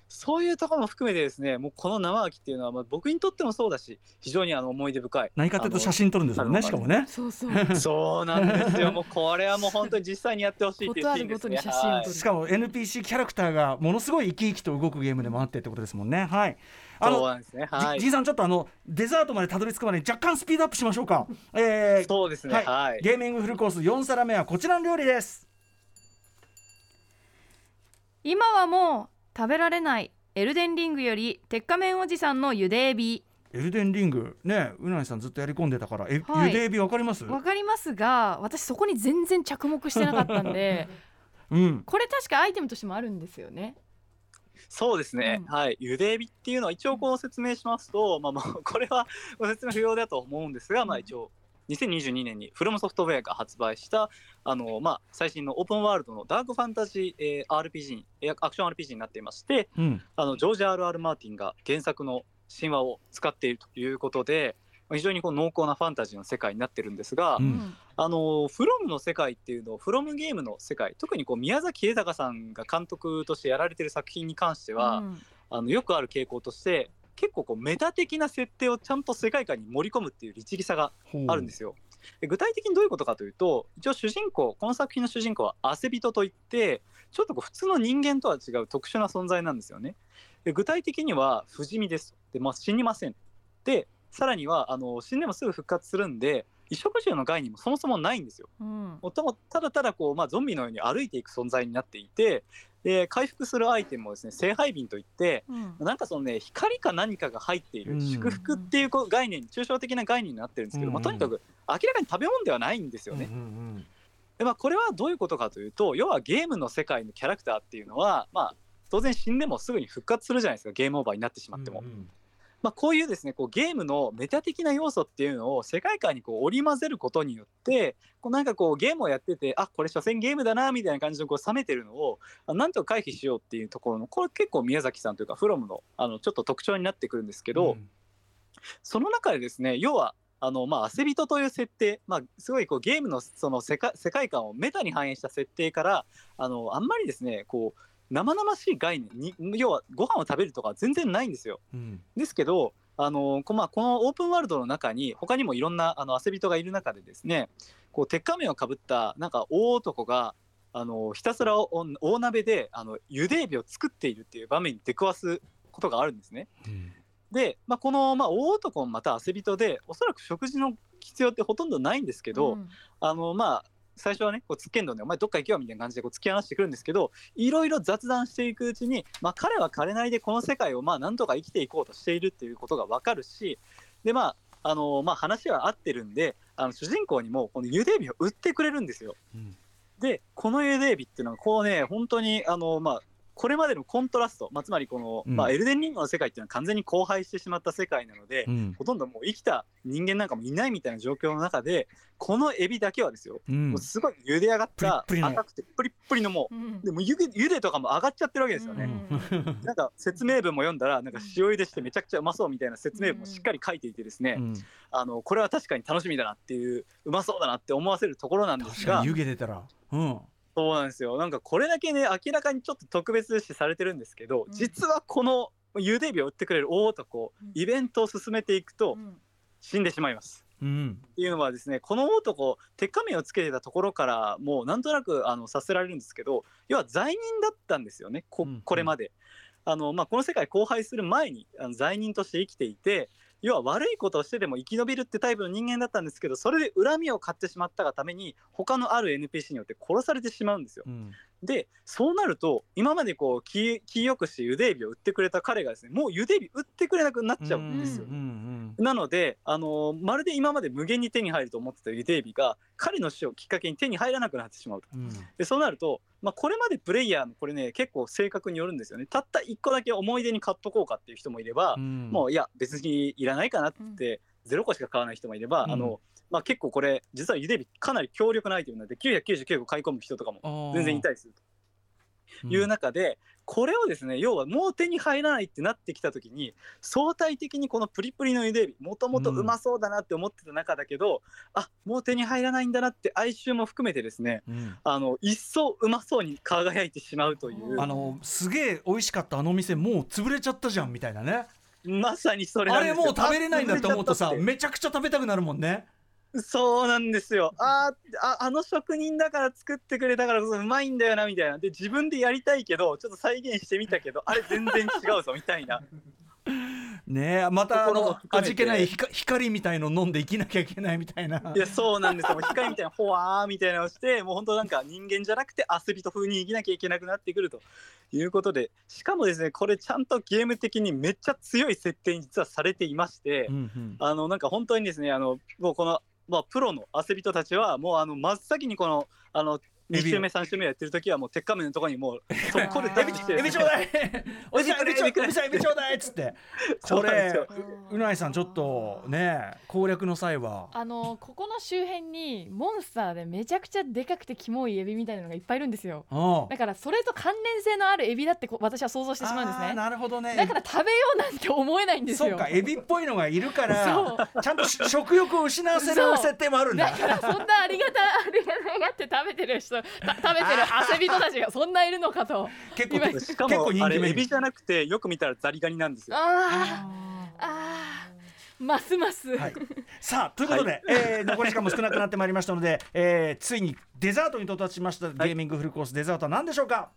そういうところも含めてですね、もうこの生秋っていうのはまあ僕にとってもそうだし、非常にあの思い出深い。 何かというと写真撮るんですよね、しかもね。 そうそうそうなんですよ。もうこれはもう本当に実際にやってほしいっていうシーンですね。 はい、 しかも エヌピーシー キャラクターがものすごい生き生きと動くゲームでもあってってことですもんね。はい。あのそうなんですね。はい。 じいさんちょっとあのデザートまでたどり着くまでに若干スピードアップしましょうか。えー、 そうですね。はい。はい、 ゲーミングフルコースよん皿目はこちらの料理です。 今はもう食べられないエルデンリングより鉄仮面おじさんのゆでエビ。 エルデンリングね、うなぎさんずっとやり込んでたから、え、はい、ゆでエビわかります？ わかりますが、私そこに全然着目してなかったんで、 うん、これ確かアイテムとしてもあるんですよね。 そうですね、うん、はい。ゆでエビっていうのは一応こう説明しますと、まあまあこれはご説明不要だと思うんですが、まあ一応にせんにじゅうにねんにフロムソフトウェアが発売したあの、まあ、最新のオープンワールドのダークファンタジー、えー、アールピージー アクション アールピージー になっていまして、うん、あのジョージ・アールアール マーティンが原作の神話を使っているということで、非常にこう濃厚なファンタジーの世界になってるんですが、うん、あのフロムの世界っていうのをフロムゲームの世界、特にこう宮崎英高さんが監督としてやられている作品に関しては、うん、あのよくある傾向として結構こうメタ的な設定をちゃんと世界観に盛り込むっていう律儀さがあるんですよ。で具体的にどういうことかというと、一応主人公この作品の主人公は汗人といって、ちょっとこう普通の人間とは違う特殊な存在なんですよね。で具体的には不死身ですで、まあ、死にません。でさらにはあの死んでもすぐ復活するんで、衣食住の概念もそもそもないんですよ。うん、もともただただこう、まあ、ゾンビのように歩いていく存在になっていて、で回復するアイテムもですね、聖杯瓶といって、うん、なんかそのね光か何かが入っている祝福っていう概念、抽象的な概念になってるんですけど、うんまあ、とにかく明らかに食べ物ではないんですよね。うんうんうんでまあ、これはどういうことかというと、要はゲームの世界のキャラクターっていうのは、まあ、当然死んでもすぐに復活するじゃないですか、ゲームオーバーになってしまっても。うんうんまあ、こういうですねこうゲームのメタ的な要素っていうのを世界観にこう織り交ぜることによって、こうなんかこうゲームをやってて、あこれ所詮ゲームだなみたいな感じでこう冷めてるのをなんとか回避しようっていうところの、これ結構宮崎さんというかフロムのあのちょっと特徴になってくるんですけど、うん、その中でですね、要はあのまあ汗人という設定、まあ、すごいこうゲームのその世界、世界観をメタに反映した設定から、あのあんまりですねこう生々しい概念に、要はご飯を食べるとか全然ないんですよ。うん、ですけどあのこ, まあ、このオープンワールドの中に他にもいろんなあの汗人がいる中でですね、こう鉄仮面をかぶったなんか大男があのひたすら大鍋であのゆでエビを作っているっていう場面に出くわすことがあるんですね。うん、で、まあ、この、まあ、大男もまた汗人で、おそらく食事の必要ってほとんどないんですけど、うん、あのまあ最初はねこうつっけんどんでお前どっか行けよみたいな感じでこう突き放してくるんですけど、いろいろ雑談していくうちに、まあ、彼は彼なりでこの世界をまあなんとか生きていこうとしているっていうことが分かるし、でまああのまあ話は合ってるんで、あの主人公にもこのゆでエビを売ってくれるんですよ。うん、でこのゆでエビっていうのはこうね本当にあのまあこれまでのコントラスト、まあ、つまりこの、うんまあ、エルデンリングの世界っていうのは完全に荒廃してしまった世界なので、うん、ほとんどもう生きた人間なんかもいないみたいな状況の中で、このエビだけはですよ、うん、もうすごい茹で上がったプリプリ赤くてプリップリのもう、うん、でもゆでゆでとかも上がっちゃってるわけですよね。うん、なんか説明文も読んだらなんか塩茹でしてめちゃくちゃうまそうみたいな説明文もしっかり書いていてですね、うん、あのこれは確かに楽しみだなっていう、うまそうだなって思わせるところなんですが、 確かに湯気出たら、うんそうなんですよ。なんかこれだけね明らかにちょっと特別視されてるんですけど、うん、実はこのゆでエビを売ってくれる大男、うん、イベントを進めていくと死んでしまいます。うん、っていうのはですね、この大男鉄仮面をつけてたところからもうなんとなくあのさせられるんですけど、要は罪人だったんですよね こ, うん、 これまであの、まあ、この世界荒廃する前にあの罪人として生きていて、要は悪いことをしてでも生き延びるってタイプの人間だったんですけど、それで恨みを買ってしまったがために他のある エヌピーシー によって殺されてしまうんですよ。うん、でそうなると今までこう 気, 気よくしてゆでエビを売ってくれた彼がですね、もうゆでエビ売ってくれなくなっちゃうんですよ。うんうんうん、なのであのまるで今まで無限に手に入ると思ってたゆでエビが彼の死をきっかけに手に入らなくなってしまうと。うん、でそうなると、まあ、これまでプレイヤーのこれね結構性格によるんですよね。たったいっこだけ思い出に買っとこうかっていう人もいれば、うん、もういや別にいらないかなってゼロこしか買わない人もいれば、うん、あのまあ、結構これ実はゆでエビかなり強力なアイテムなのできゅうひゃくきゅうじゅうきゅうこ買い込む人とかも全然いたりすると。 いう中で、うん、これをですね要はもう手に入らないってなってきた時に相対的にこのプリプリのゆでエビもともとうまそうだなって思ってた中だけど、うん、あもう手に入らないんだなって哀愁も含めてですね、うん、あの一層うまそうに輝いてしまうという、 あのすげえ美味しかったあの店もう潰れちゃったじゃんみたいなね。 まさにそれなんですよ。 あれもう食べれないんだって思うとさめちゃくちゃ食べたくなるもんね。 そうなんですよ。あああの職人だから作ってくれたからこそうまいんだよなみたいな。で自分でやりたいけどちょっと再現してみたけどあれ全然違うぞみたいなねえまたあの味気ない光みたいの飲んで生きなきゃいけないみたいな。 いやそうなんですよ。光みたいなほわーみたいなのをしてもう本当なんか人間じゃなくてアスリート風に生きなきゃいけなくなってくるということで、しかもですねこれちゃんとゲーム的にめっちゃ強い設定に実はされていまして、うんうん、あのなんか本当にですねあのもうこのまあ、プロのアスリートたちはもうあの真っ先にこのあのに週目さん週目やってる時はもう鉄仮面のところにもう速攻でダビしてエビちょうだいおじさんエビちょうだいっつってこれうないさんちょっとね攻略の際はあのここの周辺にモンスターでめちゃくちゃでかくてキモいエビみたいなのがいっぱいいるんですよ。だからそれと関連性のあるエビだって私は想像してしまうんですね。 なるほどね。 だから食べようなんて思えないんですよ。 そうかエビっぽいのがいるからちゃんと食欲を失わせる設定もあるんだ。 だからそんなありがたありがたがって食べてる人食べてるアスリートたちがそんないるのかと。 結構しかもあれエビじゃなくてよく見たらザリガニなんですよ。 ああますます、 はい、さあということで、はいえー、残り時間も少なくなってまいりましたので、えー、ついにデザートに到達しました。ゲーミングフルコース、はい、デザートは何でしょうか。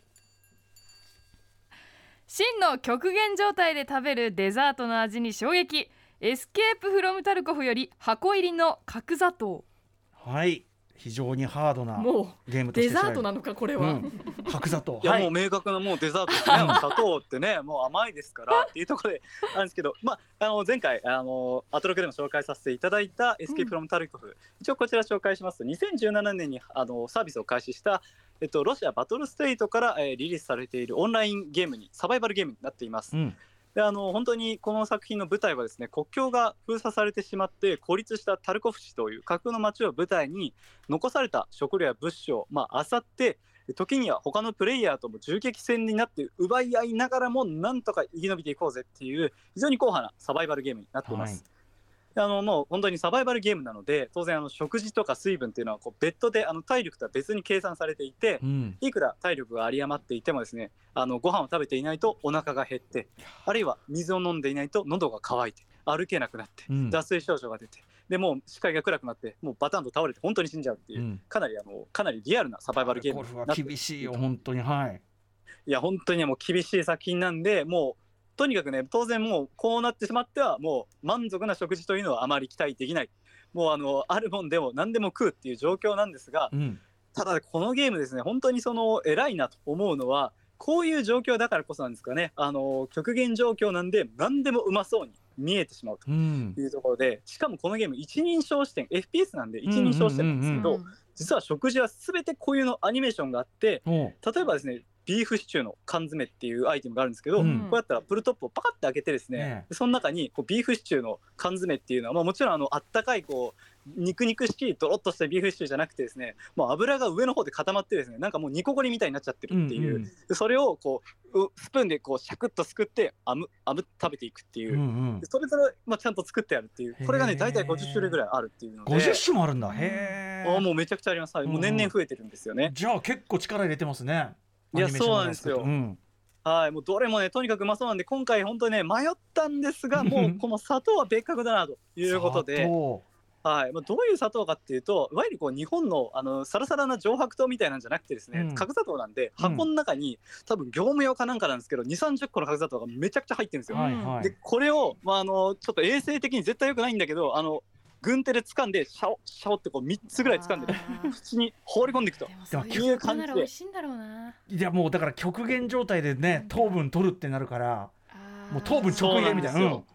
真の極限状態で食べるデザートの味に衝撃。エスケープフロムタルコフより箱入りの角砂糖。 はい非常にハードなゲームとしてデザートなのかこれは、うん、 角砂糖いや、はい、もう明確なもうデザートですね砂糖ってねもう甘いですからっていうところでなんですけど、まあ、あの前回あのアトロクでも紹介させていただいたエスケープフロムタルコフ、うん、一応こちら紹介しますとにせんじゅうななねんにあのサービスを開始した、えっと、ロシアバトルステイトから、えー、リリースされているオンラインゲームにサバイバルゲームになっています、うんであの本当にこの作品の舞台はですね国境が封鎖されてしまって孤立したタルコフ市という架空の町を舞台に残された食料や物資をまあ漁って時には他のプレイヤーとも銃撃戦になって奪い合いながらもなんとか生き延びていこうぜっていう非常に硬派なサバイバルゲームになっています、はいあのもう本当にサバイバルゲームなので当然あの食事とか水分っていうのはこう別途であの体力とは別に計算されていて、うん、いくら体力が有り余っていてもですねあのご飯を食べていないとお腹が減ってあるいは水を飲んでいないと喉が渇いて歩けなくなって、うん、脱水症状が出てでもう視界が暗くなってもうバタンと倒れて本当に死んじゃうっていう、うん、かなりあのかなりリアルなサバイバルゲームになっている。 ゴルフは厳しいよ本当に。はいいや本当にもう厳しい作品なんでもうとにかくね当然もうこうなってしまってはもう満足な食事というのはあまり期待できないもう あのあるもんでも何でも食うっていう状況なんですが、うん、ただこのゲームですね本当にその偉いなと思うのはこういう状況だからこそなんですかねあの極限状況なんで何でもうまそうに見えてしまうというところで、うん、しかもこのゲーム一人称視点 エフピーエス なんで一人称視点なんですけど、うんうんうんうん、実は食事は全て固有のアニメーションがあって例えばですねビーフシチューの缶詰っていうアイテムがあるんですけど、うん、こうやったらプルトップをパカッて開けてですね、ねその中にこうビーフシチューの缶詰っていうのは、まあ、もちろんあのあったかいこう肉肉しきドロッとしたビーフシチューじゃなくてですねもう油が上の方で固まってですねなんかもう煮こごりみたいになっちゃってるっていう、うんうん、それをこうスプーンでこうシャクッとすくってあむあむ食べていくっていう、うんうん、それぞれ、まあ、ちゃんと作ってあるっていうこれがね大体ごじゅっ種類ぐらいあるっていうのでごじゅっ種もあるんだへーあもうめちゃくちゃあります、はい、もう年々増えてるんですよね、 うん、じゃあ結構力入れてますね。 いやそうなんですよ、うん、はいもうどれもねとにかくうまそうなんで今回本当にね迷ったんですがもうこの砂糖は別格だなということではいまあ、どういう砂糖かっていうといわゆるこう日本 の, あのサラサラな上白糖みたいなんじゃなくてですね、うん、角砂糖なんで箱の中に、うん、多分業務用かなんかなんですけど にじゅうさんじゅっこの角砂糖がめちゃくちゃ入ってるんですよ、はいはい、でこれを、まあ、あのちょっと衛生的に絶対良くないんだけどあの軍手で掴んでシャオシャオってこうみっつぐらい掴んで口に放り込んでいくという感じで美味しいんだろうな。 いやもうだから極限状態でね糖分取るってなるからもう糖分直入みたいな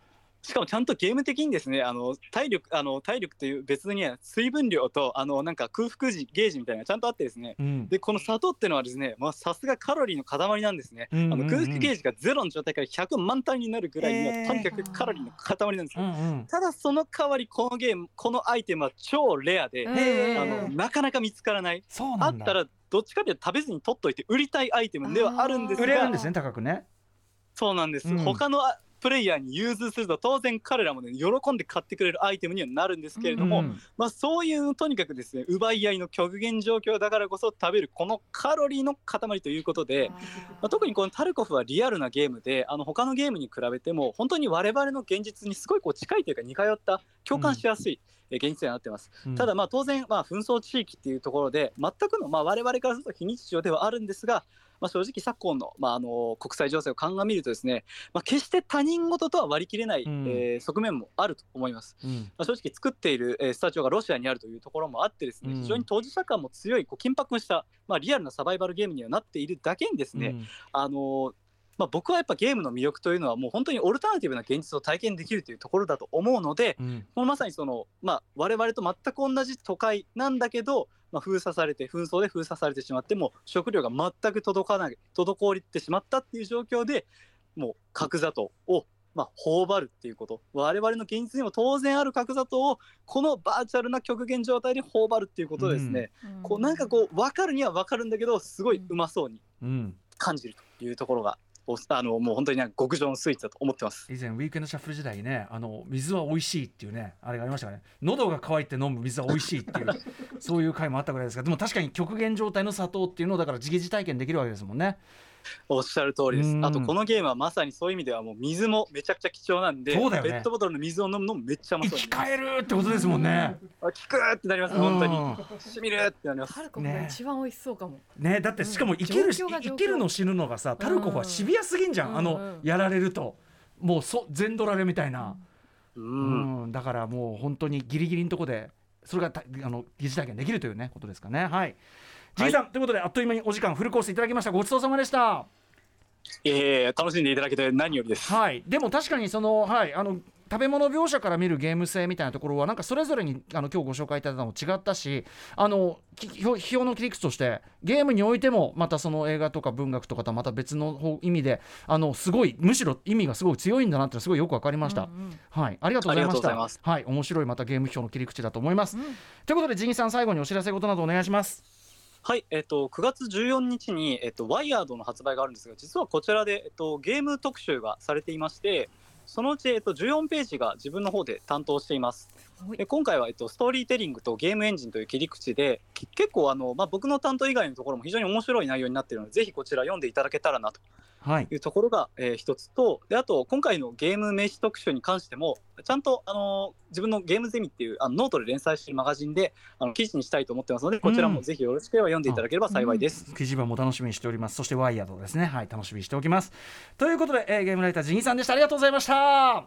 しかもちゃんとゲーム的にですね、あの体力あの体力という別には水分量とあのなんか空腹時ゲージみたいなのがちゃんとあってですね、うん、でこの砂糖っていうのはですね、まあ、さすがカロリーの塊なんですね、うんうんうん、あの空腹ゲージがゼロの状態からひゃくまん単になるぐらいには、えー、とにかくカロリーの塊なんですよ、うんうん、ただその代わりこのゲームこのアイテムは超レアで、えー、あのなかなか見つからない。 そうなんだ。 あったらどっちかというと食べずに取っといて売りたいアイテムではあるんですが、 売れるんですね、高くね。 そうなんです、うん、他のプレイヤーに融通すると当然彼らもね喜んで買ってくれるアイテムにはなるんですけれども、うん、まあそういうとにかくですね奪い合いの極限状況だからこそ食べるこのカロリーの塊ということで、まあ、特にこのタルコフはリアルなゲームで、あの他のゲームに比べても本当に我々の現実にすごいこう近いというか似通った共感しやすい、うん、現実になってます、うん、ただまあ当然まあ紛争地域っていうところで全くのまあ我々からすると非日常ではあるんですが、まあ、正直昨今の、まあ、あの国際情勢を鑑みるとですね、まあ、決して他人事とは割り切れない、うんえー、側面もあると思います、うんまあ、正直作っている、えー、スタジオがロシアにあるというところもあってですね、うん、非常に当事者感も強いこう緊迫した、まあ、リアルなサバイバルゲームにはなっているだけにですね、うんあのーまあ、僕はやっぱゲームの魅力というのはもう本当にオルタナティブな現実を体験できるというところだと思うので、うん、もうまさにその、まあ、我々と全く同じ都会なんだけど、まあ、封鎖されて紛争で封鎖されてしまっても食料が全く届かない滞ってしまったっていう状況でもう角砂糖をまあ頬張るっていうこと、我々の現実にも当然ある角砂糖をこのバーチャルな極限状態で頬張るっていうことですね、うん、こうなんかこう分かるには分かるんだけどすごいうまそうに感じるというところがあのもう本当になんか極上のスイーツだと思ってます。 以前ウィークエンドシャッフル時代にね、あの水は美味しいっていうねあれがありましたね。喉が渇いて飲む水は美味しいっていうそういう回もあったぐらいですが、でも確かに極限状態の砂糖っていうのをだから自疑体験できるわけですもんね。 おっしゃる通りです。あとこのゲームはまさにそういう意味ではもう水もめちゃくちゃ貴重なんで、 そうだよね、 ペットボトルの水を飲むのもめっちゃうまそうに生き返るってことですもんね。 効くってなりますね、本当にしみるってなります。 タルコフが一番美味しそうかもね, ねだってしかも生きる、うん、生きるの死ぬのがさ、タルコフはシビアすぎんじゃん、うん、あのやられるともうそ全ドラレみたいな、うんうん、だからもう本当にギリギリのとこでそれがあの疑似体験できるというねことですかね。はい、G さん、はい、ということであっという間にお時間フルコースいただきました。ごちそうさまでした。 えー、楽しんでいただけて何よりです。 はい、でも確かにその、はい、あの食べ物描写から見るゲーム性みたいなところはなんかそれぞれにあの今日ご紹介いただいたのも違ったし、あの批評の切り口としてゲームにおいてもまたその映画とか文学とかとはまた別の意味であのすごいむしろ意味がすごい強いんだなってすごいよく分かりました、うんうん、はい、ありがとうございました。はい、面白いまたゲーム批評の切り口だと思います、うん、ということでジンさん最後にお知らせ事などお願いします。 はい、えっと、くがつじゅうよっかに、えっと、ワイヤードの発売があるんですが、実はこちらで、えっと、ゲーム特集がされていまして、そのうち、えっと、じゅうよんページが自分の方で担当しています。で今回は、えっと、ストーリーテリングとゲームエンジンという切り口で結構あの、まあ、僕の担当以外のところも非常に面白い内容になっているので、ぜひこちら読んでいただけたらなというところが、はいえー、一つと、であと今回のゲーム名詞特集に関してもちゃんとあの自分のゲームゼミっていうあのノートで連載しているマガジンであの記事にしたいと思ってますので、こちらもぜひよろしければ読んでいただければ幸いです、 うん、記事版も楽しみにしております。そしてワイヤードですね、はい、楽しみにしておきます。ということで、えー、ゲームライタージギさんでした。ありがとうございました。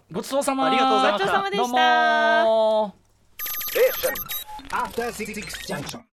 ごちそうさま。 ありがとうございました。 ごちそうさまでした。 どうも。 After Six Junction.